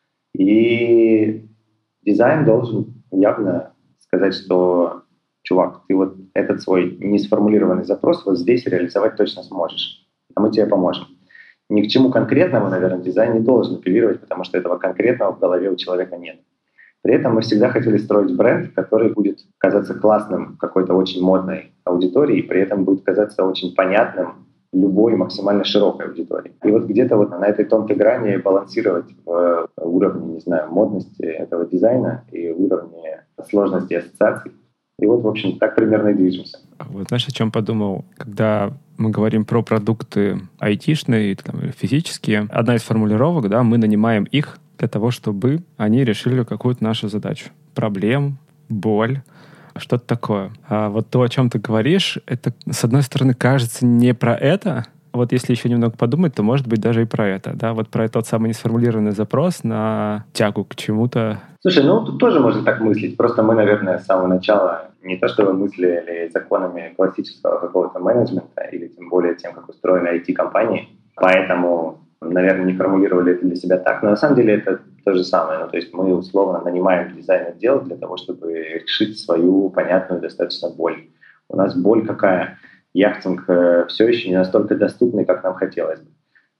И дизайн должен явно сказать, что, чувак, ты вот этот свой несформулированный запрос вот здесь реализовать точно сможешь, а мы тебе поможем. Ни к чему конкретному, наверное, дизайн не должен апеллировать, потому что этого конкретного в голове у человека нет. При этом мы всегда хотели строить бренд, который будет казаться классным какой-то очень модной аудитории, и при этом будет казаться очень понятным любой максимально широкой аудитории. И вот где-то вот на этой тонкой грани балансировать в уровне, не знаю, модности этого дизайна и уровне сложности ассоциаций. И вот, в общем, так примерно и движемся. Вот знаешь, о чем подумал? Когда мы говорим про продукты айтишные там, или физические, одна из формулировок, да, мы нанимаем их для того, чтобы они решили какую-то нашу задачу. Проблем, боль, что-то такое. А вот то, о чем ты говоришь, это, с одной стороны, кажется не про это. Вот если еще немного подумать, то, может быть, даже и про это. Да? Вот про тот самый несформулированный запрос на тягу к чему-то. Слушай, ну тут тоже можно так мыслить. Просто мы, наверное, с самого начала не то чтобы мыслили законами классического какого-то менеджмента или тем более тем, как устроены IT-компании. Поэтому, наверное, не формулировали это для себя так. Но на самом деле это то же самое. Ну, то есть мы условно нанимаем дизайн-отдел для того, чтобы решить свою понятную достаточно боль. У нас боль какая? Яхтинг все еще не настолько доступный, как нам хотелось бы.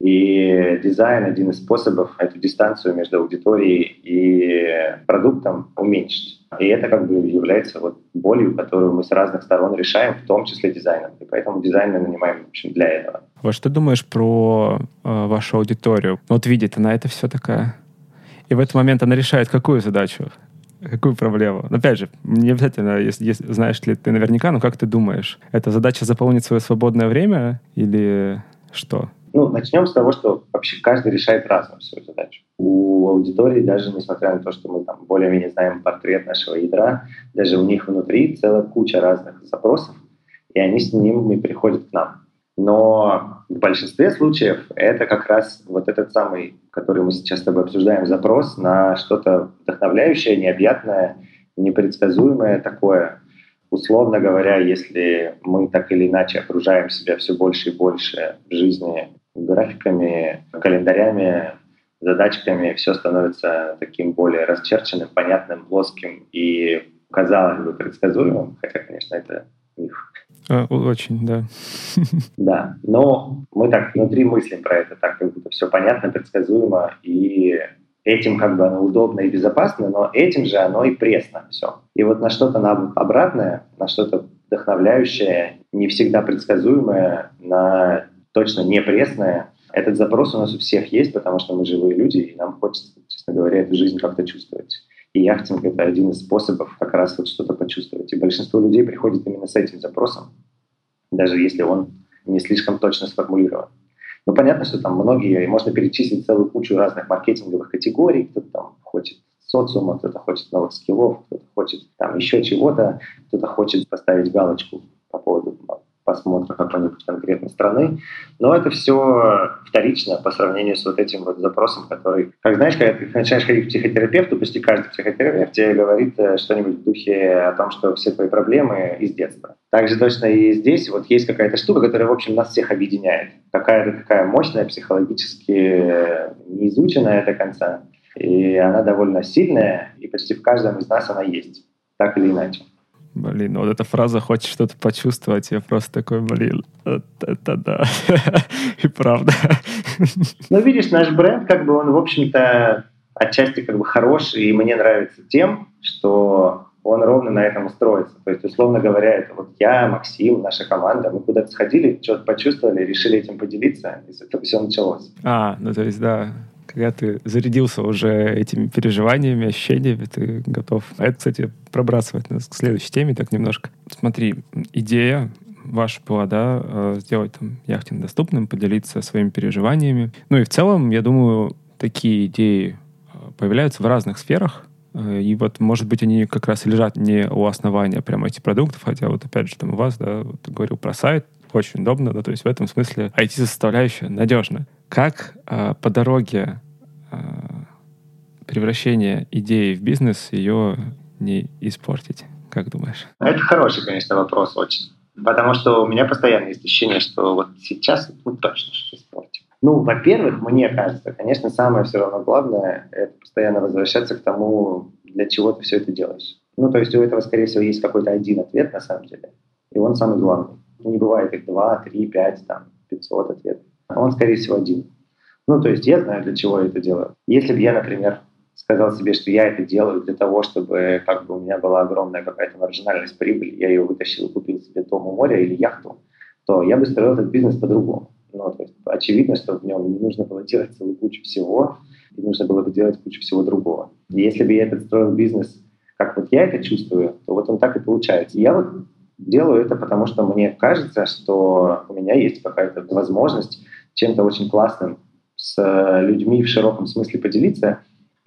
И дизайн — один из способов эту дистанцию между аудиторией и продуктом уменьшить. И это как бы является вот болью, которую мы с разных сторон решаем, в том числе дизайном. И поэтому дизайн мы нанимаем, в общем, для этого. Вот что думаешь про вашу аудиторию? Вот видит она это все такая. И в этот момент она решает какую задачу? Какую проблему? Опять же, не обязательно, если знаешь ли ты наверняка, но как ты думаешь, это задача заполнить свое свободное время или что? Ну, начнем с того, что вообще каждый решает разную свою задачу. У аудитории, даже несмотря на то, что мы там более-менее знаем портрет нашего ядра, даже у них внутри целая куча разных запросов, и они с ними приходят к нам. Но в большинстве случаев это как раз вот этот самый, который мы сейчас с тобой обсуждаем, запрос на что-то вдохновляющее, необъятное, непредсказуемое такое. Условно говоря, если мы так или иначе окружаем себя все больше и больше в жизни графиками, календарями, задачками, все становится таким более расчерченным, понятным, плоским и, казалось бы, предсказуемым, хотя, конечно, это миф. Очень, да. Да, но мы так внутри мыслим про это, так как будто все понятно, предсказуемо, и этим как бы оно удобно и безопасно, но этим же оно и пресно все. И вот на что-то обратное, на что-то вдохновляющее, не всегда предсказуемое, на точно не пресное, этот запрос у нас у всех есть, потому что мы живые люди, и нам хочется, честно говоря, эту жизнь как-то чувствовать. И яхтинг — это один из способов как раз вот что-то почувствовать. И большинство людей приходит именно с этим запросом, даже если он не слишком точно сформулирован. Ну, понятно, что там многие, можно перечислить целую кучу разных маркетинговых категорий. Кто-то там хочет социума, кто-то хочет новых скиллов, кто-то хочет там еще чего-то, кто-то хочет поставить галочку по поводу просмотра какой-нибудь конкретной страны. Но это все вторично по сравнению с вот этим вот запросом, который... Как знаешь, когда ты начинаешь ходить к психотерапевту, почти каждый психотерапевт тебе говорит что-нибудь в духе о том, что все твои проблемы из детства. Также точно и здесь вот есть какая-то штука, которая, в общем, нас всех объединяет. Какая-то такая мощная, психологически неизученная до конца. И она довольно сильная, и почти в каждом из нас она есть, так или иначе. Блин, вот эта фраза «хочешь что-то почувствовать», я просто такой, блин, это да, и правда. Ну, видишь, наш бренд, как бы он, в общем-то, отчасти как бы хороший, и мне нравится тем, что он ровно на этом устроится. То есть, условно говоря, это вот я, Максим, наша команда, мы куда-то сходили, что-то почувствовали, решили этим поделиться, и с этого все началось. Ну то есть, да, когда ты зарядился уже этими переживаниями, ощущениями, ты готов. А это, кстати, пробрасывает нас к следующей теме так немножко. Смотри, идея ваша была, да, сделать там яхтинг доступным, поделиться своими переживаниями. Ну и в целом, я думаю, такие идеи появляются в разных сферах. И вот, может быть, они как раз и лежат не у основания прямо этих продуктов, хотя вот опять же там у вас, да, вот говорил про сайт, очень удобно, да, то есть в этом смысле IT-составляющая надежна. Как по дороге превращения идеи в бизнес ее не испортить? Как думаешь? Это хороший, конечно, вопрос очень. Потому что у меня постоянно есть ощущение, что вот сейчас мы точно что-то испортим. Ну, во-первых, мне кажется, конечно, самое все равно главное — это постоянно возвращаться к тому, для чего ты все это делаешь. Ну, то есть у этого, скорее всего, есть какой-то один ответ на самом деле, и он самый главный. Не бывает их 2, 3, 5, 500 ответов. Он, скорее всего, один. Ну, то есть я знаю, для чего я это делаю. Если бы я, например, сказал себе, что я это делаю для того, чтобы как бы у меня была огромная какая-то маржинальность прибыли, я ее вытащил, купил себе дом у моря или яхту, то я бы строил этот бизнес по-другому. Ну, то есть очевидно, что в нем не нужно было делать целую кучу всего, и нужно было бы делать кучу всего другого. И если бы я этот строил бизнес, как вот я это чувствую, то вот он так и получается. И я вот делаю это, потому что мне кажется, что у меня есть какая-то возможность чем-то очень классным с людьми в широком смысле поделиться,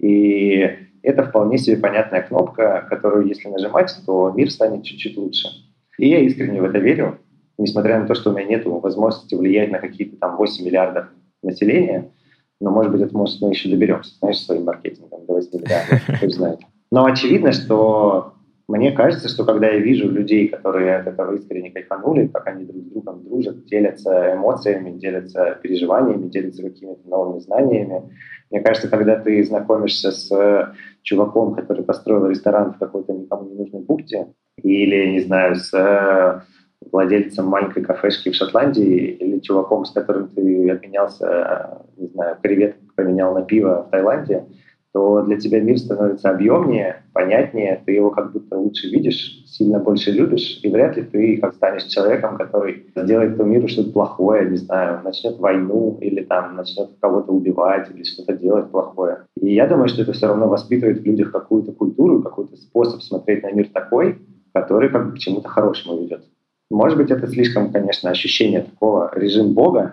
и это вполне себе понятная кнопка, которую, если нажимать, то мир станет чуть-чуть лучше. И я искренне в это верю, несмотря на то, что у меня нет возможности влиять на какие-то там 8 миллиардов населения, но, может быть, мы еще доберемся, знаешь, своим маркетингом до 8 миллиардов, кто знает. Но очевидно, что мне кажется, что когда я вижу людей, которые от этого искренне кайфанули, как они друг с другом дружат, делятся эмоциями, делятся переживаниями, делятся какими-то новыми знаниями, мне кажется, когда ты знакомишься с чуваком, который построил ресторан в какой-то никому не нужной бухте, или, не знаю, с владельцем маленькой кафешки в Шотландии, или чуваком, с которым ты обменялся, не знаю, креветок поменял на пиво в Таиланде, то для тебя мир становится объемнее, понятнее, ты его как будто лучше видишь, сильно больше любишь, и вряд ли ты как станешь человеком, который сделает этому миру что-то плохое, не знаю, начнет войну или там начнет кого-то убивать или что-то делать плохое. И я думаю, что это все равно воспитывает в людях какую-то культуру, какой-то способ смотреть на мир такой, который как бы к чему-то хорошему ведет. Может быть, это слишком, конечно, ощущение такого режим Бога,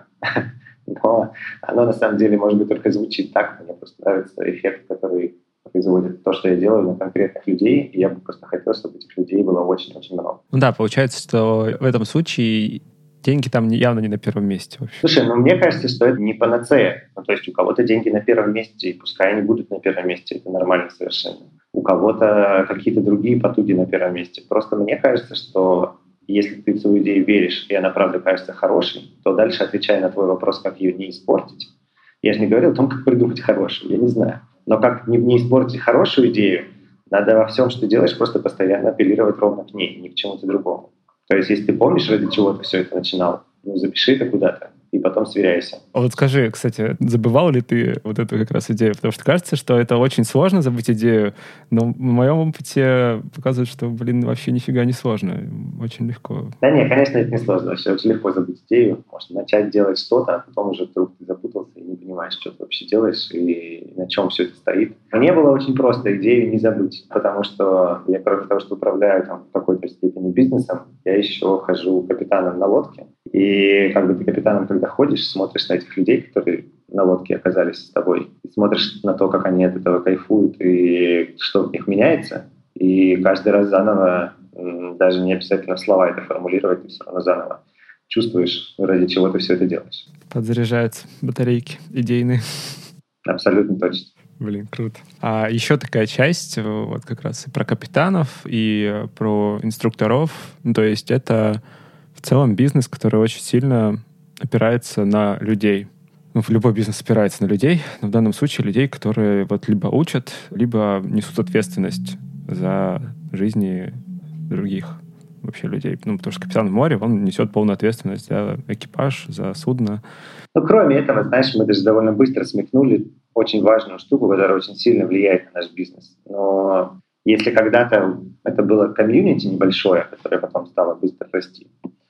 но оно на самом деле, может быть, только звучит так. Мне просто нравится эффект, который производит то, что я делаю на конкретных людей, и я бы просто хотел, чтобы этих людей было очень-очень много. Ну да, получается, что в этом случае деньги там явно не на первом месте вообще. Слушай, мне кажется, что это не панацея. Ну, то есть у кого-то деньги на первом месте, и пускай они будут на первом месте, это нормально совершенно. У кого-то какие-то другие потуги на первом месте. Просто мне кажется, что если ты в свою идею веришь, и она правда кажется хорошей, то дальше, отвечая на твой вопрос, как ее не испортить, я же не говорил о том, как придумать хорошую, я не знаю. Но как не испортить хорошую идею, надо во всем, что делаешь, просто постоянно апеллировать ровно к ней, ни к чему-то другому. То есть, если ты помнишь, ради чего ты все это начинал, запиши это куда-то и потом сверяйся. А вот скажи, кстати, забывал ли ты вот эту как раз идею? Потому что кажется, что это очень сложно забыть идею, но в моем опыте показывает, что, вообще нифига не сложно. Очень легко. Да нет, конечно, это не сложно. Вообще очень легко забыть идею. Можно начать делать что-то, а потом уже вдруг ты запутался и не понимаешь, что ты вообще делаешь и на чем все это стоит. Мне было очень просто идею не забыть, потому что я, кроме того, что управляю там, в какой-то степени бизнесом, я еще хожу капитаном на лодке. И как бы ты капитаном, когда ходишь, смотришь на этих людей, которые на лодке оказались с тобой, и смотришь на то, как они от этого кайфуют и что в них меняется. И каждый раз заново, даже не обязательно слова это формулировать, ты все равно заново чувствуешь, ради чего ты все это делаешь. Подзаряжаются батарейки идейные. Абсолютно точно. Блин, круто. А еще такая часть, вот как раз и про капитанов, и про инструкторов. Ну, то есть это в целом бизнес, который очень сильно опирается на людей. Ну, любой бизнес опирается на людей, но в данном случае людей, которые вот либо учат, либо несут ответственность за жизни других вообще людей. Ну, потому что капитан в море, он несет полную ответственность за экипаж, за судно. Ну, кроме этого, знаешь, мы даже довольно быстро смекнули очень важную штуку, которая очень сильно влияет на наш бизнес. Но если когда-то это было комьюнити небольшое, которое потом стало быстро расти,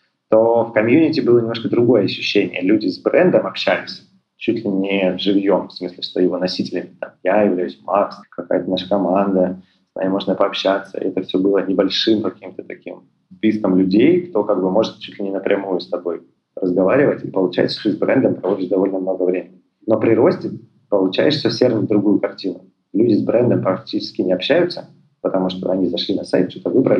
то в комьюнити было немножко другое ощущение. Люди с брендом общались чуть ли не живьем, в смысле, что его носителями там, я являюсь, Макс, какая-то наша команда, с нами можно пообщаться. И это все было небольшим каким-то таким списком людей, кто как бы может чуть ли не напрямую с тобой разговаривать, и получается, что с брендом проводишь довольно много времени. Но при росте получаешь совсем другую картину. Люди с брендом практически не общаются, потому что они зашли на сайт, что-то выбрали,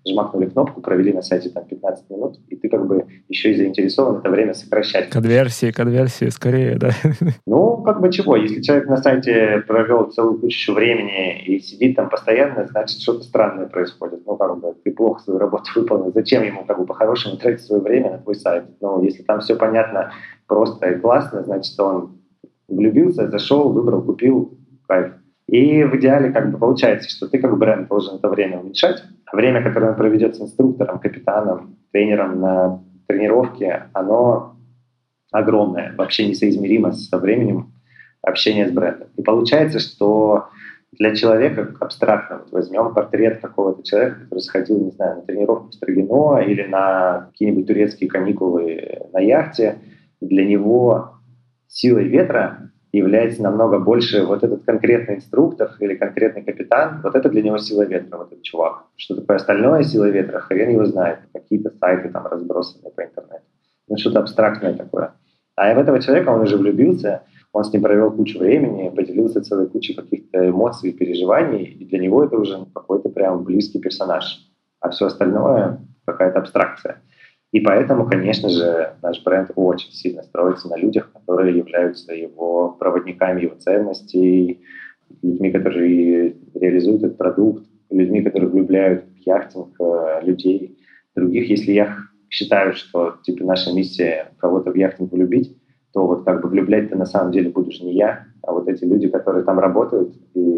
жмакнули кнопку, провели на сайте там 15 минут, и ты как бы еще и заинтересован это время сокращать. Конверсии скорее, да? Ну, как бы чего, если человек на сайте провел целую кучу времени и сидит там постоянно, значит, что-то странное происходит. Ну, как бы ты плохо свою работу выполнил, зачем ему как бы по-хорошему тратить свое время на твой сайт? Ну, если там все понятно, просто и классно, значит, он влюбился, зашел, выбрал, купил, кайф. И в идеале как бы получается, что ты как бренд должен это время уменьшать. Время, которое он проведет с инструктором, капитаном, тренером на тренировке, оно огромное, вообще несоизмеримо со временем общения с брендом. И получается, что для человека абстрактно, вот возьмем портрет какого-то человека, который сходил, не знаю, на тренировку в Строгино или на какие-нибудь турецкие каникулы на яхте, для него силой ветра является намного больше вот этот конкретный инструктор или конкретный капитан, вот это для него сила ветра, вот этот чувак. Что такое остальное сила ветра, хрен его знает. Какие-то сайты там разбросаны по интернету. Ну, что-то абстрактное такое. А в этого человека он уже влюбился, он с ним провел кучу времени, поделился целой кучей каких-то эмоций, переживаний, и для него это уже какой-то прям близкий персонаж. А все остальное — какая-то абстракция. И поэтому, конечно же, наш бренд очень сильно строится на людях, которые являются его проводниками его ценностей, людьми, которые реализуют этот продукт, людьми, которые влюбляют в яхтинг людей, других. Если я считаю, что типа наша миссия кого-то в яхтинг влюбить, то вот как бы влюблять-то на самом деле будешь не я, а вот эти люди, которые там работают,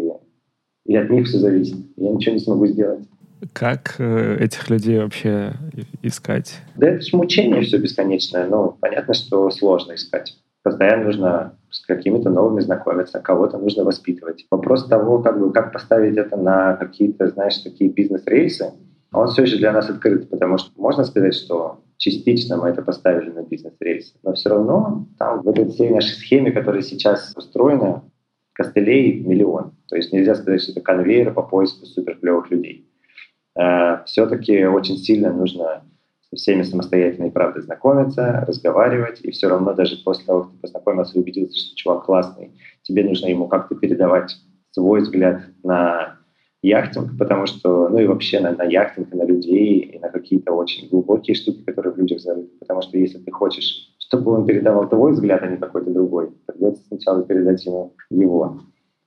и от них все зависит. Я ничего не смогу сделать. Как этих людей вообще искать? Да это ж мучение все бесконечное. Ну, понятно, что сложно искать. Постоянно нужно с какими-то новыми знакомиться, кого-то нужно воспитывать. Вопрос того, как поставить это на какие-то, знаешь, такие бизнес-рейсы, он все еще для нас открыт, потому что можно сказать, что частично мы это поставили на бизнес-рейсы, но все равно там в этой всей нашей схеме, которая сейчас устроена, костылей миллион. То есть нельзя сказать, что это конвейер по поиску суперклевых людей. Все-таки очень сильно нужно со всеми самостоятельно и правда знакомиться, разговаривать, и все равно даже после того, как ты познакомился и убедился, что чувак классный, тебе нужно ему как-то передавать свой взгляд на яхтинг, потому что, ну и вообще на яхтинг, и на людей, и на какие-то очень глубокие штуки, которые в людях зарыты. Потому что если ты хочешь, чтобы он передавал твой взгляд, а не какой-то другой, придется сначала передать ему его.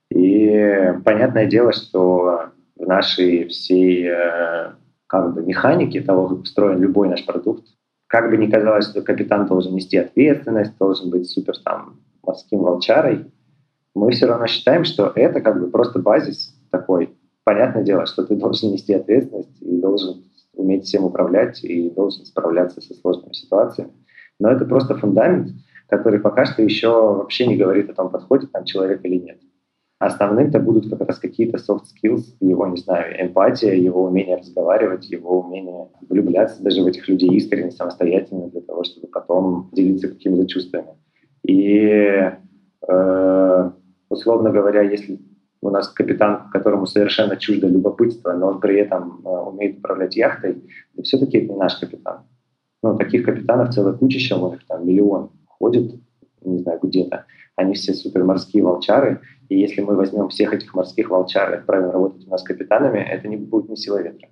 И понятное дело, что в нашей всей как бы механике того, как устроен любой наш продукт, как бы ни казалось, что капитан должен нести ответственность, должен быть супер там морским волчарой, мы все равно считаем, что это как бы просто базис такой. Понятное дело, что ты должен нести ответственность и должен уметь всем управлять и должен справляться со сложными ситуациями. Но это просто фундамент, который пока что еще вообще не говорит о том, подходит нам человек или нет. Основным-то будут как раз какие-то soft skills, его, не знаю, эмпатия, его умение разговаривать, его умение влюбляться даже в этих людей искренне, самостоятельно, для того, чтобы потом делиться какими-то чувствами. И, условно говоря, если у нас капитан, которому совершенно чуждо любопытство, но он при этом умеет управлять яхтой, то все-таки это не наш капитан. Ну, таких капитанов целая кучища, у них там миллион ходит, не знаю, где-то. Они все суперморские волчары, и если мы возьмем всех этих морских волчар и отправим работать у нас капитанами, это не будет ни сила ветра.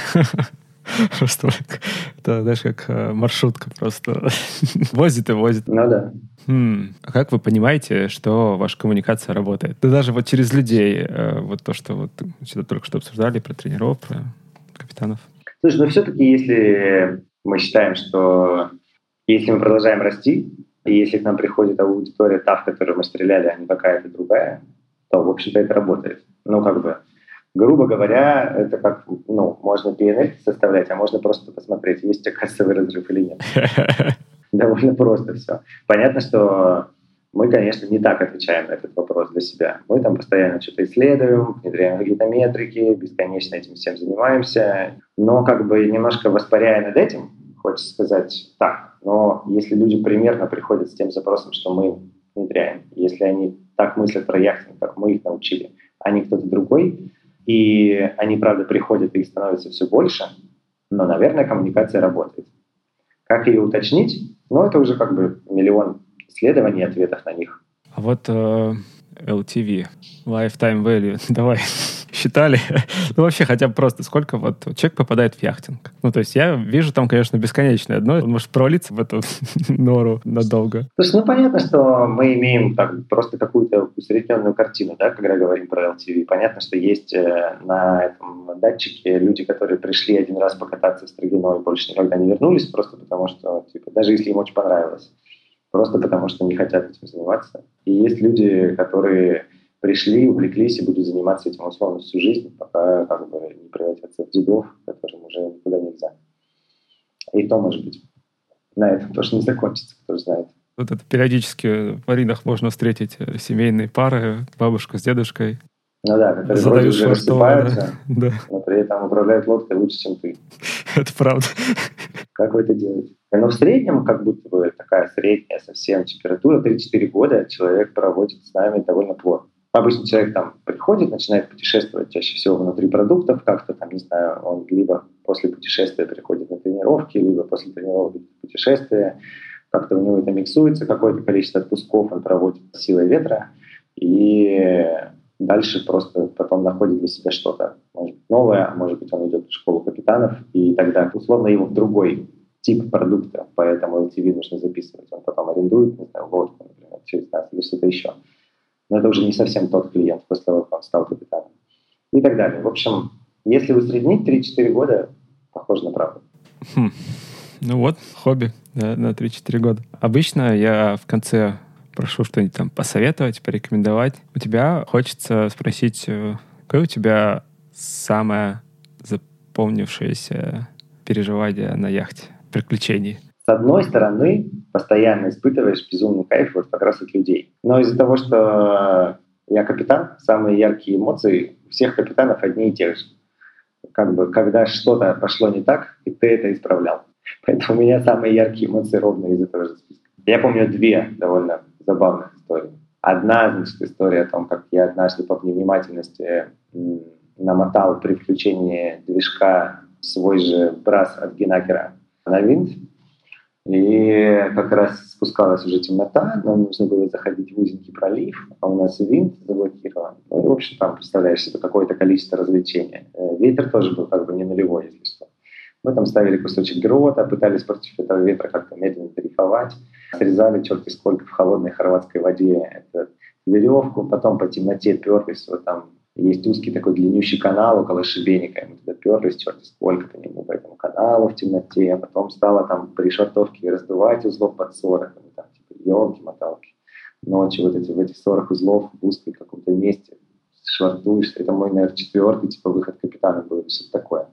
Просто это, знаешь, как маршрутка просто возит и возит. Ну да. А как вы понимаете, что ваша коммуникация работает? Да даже вот через людей, вот то, что вот что-то только что обсуждали про тренеров, про капитанов. Слушай, но все-таки если мы считаем, что если мы продолжаем расти, и если к нам приходит аудитория та, в которую мы стреляли, а не какая-то другая, то, в общем-то, это работает. Ну, как бы, грубо говоря, это как, ну, можно PNL составлять, а можно просто посмотреть, есть у тебя кассовый разрыв или нет. Довольно просто все. Понятно, что мы, конечно, не так отвечаем на этот вопрос для себя. Мы там постоянно что-то исследуем, внедряем какие-то метрики, бесконечно этим всем занимаемся. Но как бы немножко воспаряя над этим, хочется сказать так, но если люди примерно приходят с тем запросом, что мы внедряем, если они так мыслят про яхтинг, как мы их научили, а не кто-то другой, и они, правда, приходят и их становится все больше, но, наверное, коммуникация работает. Как ее уточнить? Ну, это уже как бы миллион исследований, ответов на них. А вот LTV, Lifetime Value, давай. считали? Ну, вообще, хотя бы просто сколько вот человек попадает в яхтинг? Ну, то есть я вижу там, конечно, бесконечное дно. Он может провалиться в эту нору надолго. Слушай, ну понятно, что мы имеем так, просто какую-то усредненную картину, да, когда говорим про LTV. Понятно, что есть на этом датчике люди, которые пришли один раз покататься в Строгино и больше никогда не вернулись, просто потому что, типа, даже если им очень понравилось, просто потому что не хотят этим заниматься. И есть люди, которые пришли, увлеклись и будут заниматься этим условно всю жизнь, пока как бы не превратятся в дедов, которым уже никуда нельзя. И то, может быть, на этом тоже не закончится, кто знает. Вот это периодически в маринах можно встретить семейные пары, бабушка с дедушкой. Ну да, которые вроде уже рассыпаются, да. но при этом управляют лодкой лучше, чем ты. Это правда. Как вы это делаете? Но в среднем, как будто бы такая средняя совсем температура, 3-4 года человек проводит с нами довольно плотно. Обычно человек там приходит, начинает путешествовать чаще всего внутри продуктов, как-то там, не знаю, он либо после путешествия переходит на тренировки, либо после тренировок путешествия, как-то у него это миксуется, какое-то количество отпусков он проводит силой ветра, и дальше просто потом находит для себя что-то, может быть, новое, а может быть, он идет в школу капитанов, и тогда условно его в другой тип продукта, поэтому LTV нужно записывать. Он потом арендует, не знаю, лодку, например, через нас или что-то еще. Но это уже не совсем тот клиент, после того, как он стал капитаном. И так далее. В общем, если усреднить, 3-4 года, похоже на правду. Ну вот, хобби, да, на 3-4 года. Обычно я в конце прошу что-нибудь там посоветовать, порекомендовать. У тебя хочется спросить, какое у тебя самое запомнившееся переживание на яхте, приключений? С одной стороны, постоянно испытываешь безумный кайф вот как раз от людей. Но из-за того, что я капитан, самые яркие эмоции у всех капитанов одни и те же. Как бы, когда что-то пошло не так, и ты это исправлял. Поэтому у меня самые яркие эмоции ровно из этого же списка. Я помню две довольно забавных истории. Одна, значит, история о том, как я однажды по невнимательности намотал при включении движка свой же брас от Генакера на винт. И как раз спускалась уже темнота, нам нужно было заходить в узенький пролив, а у нас винт заблокирован. Ну и, в общем, там, представляешь себе, какое-то количество развлечений. Ветер тоже был как бы не нулевой, если что. Мы там ставили кусочек грота, пытались против этого ветра как-то медленно дрейфовать, срезали черти сколько в холодной хорватской воде эту веревку, потом по темноте перлись, вот там есть узкий такой длиннющий канал около шибеника, и мы туда перлись, черти сколько по нему, по этому каналу в темноте, а потом стало там при швартовке раздувать узлов под 40, и там типа елки-моталки. Ночью вот эти, в этих 40 узлов в узком каком-то месте швартуешься, это мой, наверное, 4-й типа выход капитана был, или что-то такое.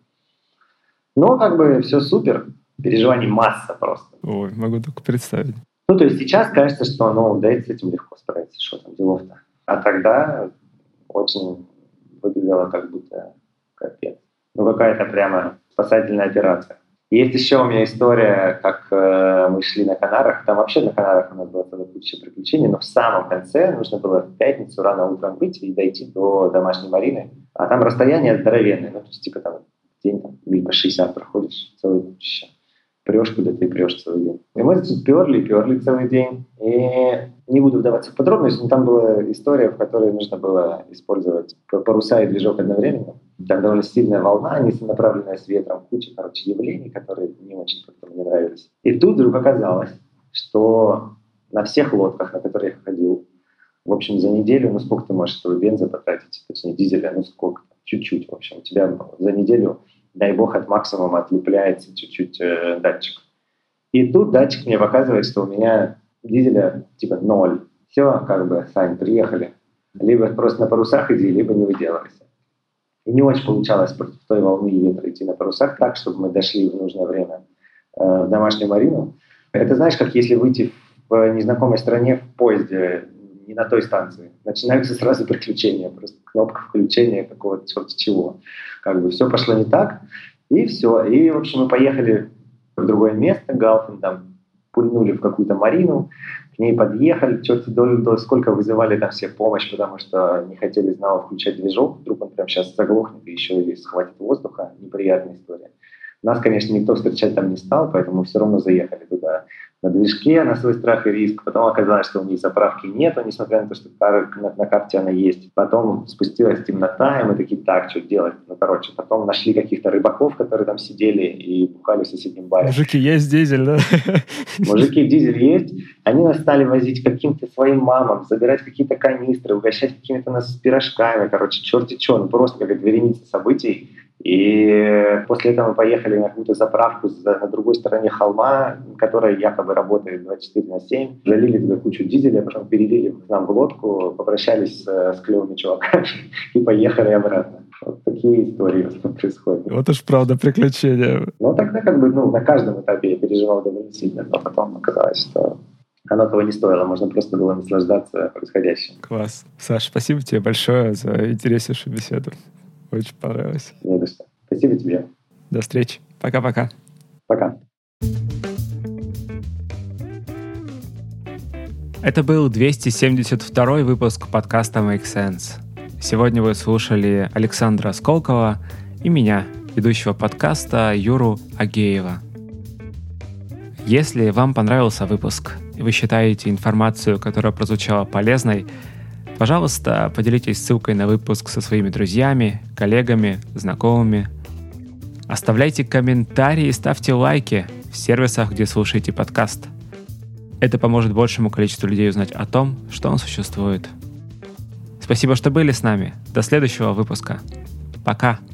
Но как бы все супер, переживаний масса просто. Ой, могу только представить. Ну, то есть сейчас кажется, что, ну, да, с этим легко справиться, что там делов-то. А тогда очень выглядело как будто капец. Ну, какая-то прямо спасательная операция. Есть еще у меня история, как мы шли на Канарах. Там вообще на Канарах у нас была целая куча приключений, но в самом конце нужно было в пятницу рано утром выйти и дойти до домашней марины. А там расстояние здоровенное, ну, то есть типа там день там, миль по 60 проходишь, целый куча. Прешь куда-то и прешь целый день. И мы, значит, перли целый день. И не буду вдаваться в подробности, но там была история, в которой нужно было использовать паруса и движок одновременно. Там довольно сильная волна, направленная с ветром, куча, явлений, которые не очень как-то мне нравились. И тут вдруг оказалось, что на всех лодках, на которые я ходил, в общем, за неделю, ну сколько ты можешь этого бенза потратить, точнее дизеля, ну сколько, чуть-чуть, в общем, у тебя за неделю, дай бог, от максимума отлепляется чуть-чуть датчик. И тут датчик мне показывает, что у меня дизеля типа 0. Все, как бы, Сань, приехали. Либо просто на парусах иди, либо не выделывайся. И не очень получалось против той волны и ветра идти на парусах так, чтобы мы дошли в нужное время в домашнюю марину. Это знаешь, как если выйти в незнакомой стране в поезде, не на той станции. Начинаются сразу приключения, просто кнопка включения какого-то черта чего. Как бы все пошло не так, и все. И, в общем, мы поехали в другое место, Галфин, там пульнули в какую-то марину, к ней подъехали, черти сколько вызывали там все помощь, потому что не хотели снова включать движок, вдруг он прям сейчас заглохнет и еще и схватит воздуха. Неприятная история. Нас, конечно, никто встречать там не стал, поэтому мы все равно заехали туда. на движке на свой страх и риск. Потом оказалось, что у них заправки нету, несмотря на то, что на карте она есть. Потом спустилась темнота, и мы такие, так, что делать? Потом нашли каких-то рыбаков, которые там сидели и бухали в соседнем баре. Мужики, есть дизель, да? Мужики, дизель есть. Они нас стали возить к каким-то своим мамам, забирать какие-то канистры, угощать какими-то нас пирожками, черти чё, просто какая-то вереница событий. И после этого мы поехали на какую-то заправку на другой стороне холма, которая якобы работает 24/7. Залили туда кучу дизеля, потом перелили к нам в лодку, попрощались с клевыми чуваками и поехали обратно. Вот такие истории происходят. Вот уж правда приключения. Ну, тогда на каждом этапе я переживал довольно сильно, но потом оказалось, что оно того не стоило, можно просто было наслаждаться происходящим. Класс. Саш, спасибо тебе большое за интереснейшую беседу. Очень понравилось. Не за что. Спасибо тебе. До встречи. Пока-пока. Пока. Это был 272 выпуск подкаста Make Sense. Сегодня вы слушали Александра Сколково и меня, ведущего подкаста Юру Агеева. Если вам понравился выпуск, и вы считаете информацию, которая прозвучала, полезной, пожалуйста, поделитесь ссылкой на выпуск со своими друзьями, коллегами, знакомыми. Оставляйте комментарии и ставьте лайки в сервисах, где слушаете подкаст. Это поможет большему количеству людей узнать о том, что он существует. Спасибо, что были с нами. До следующего выпуска. Пока.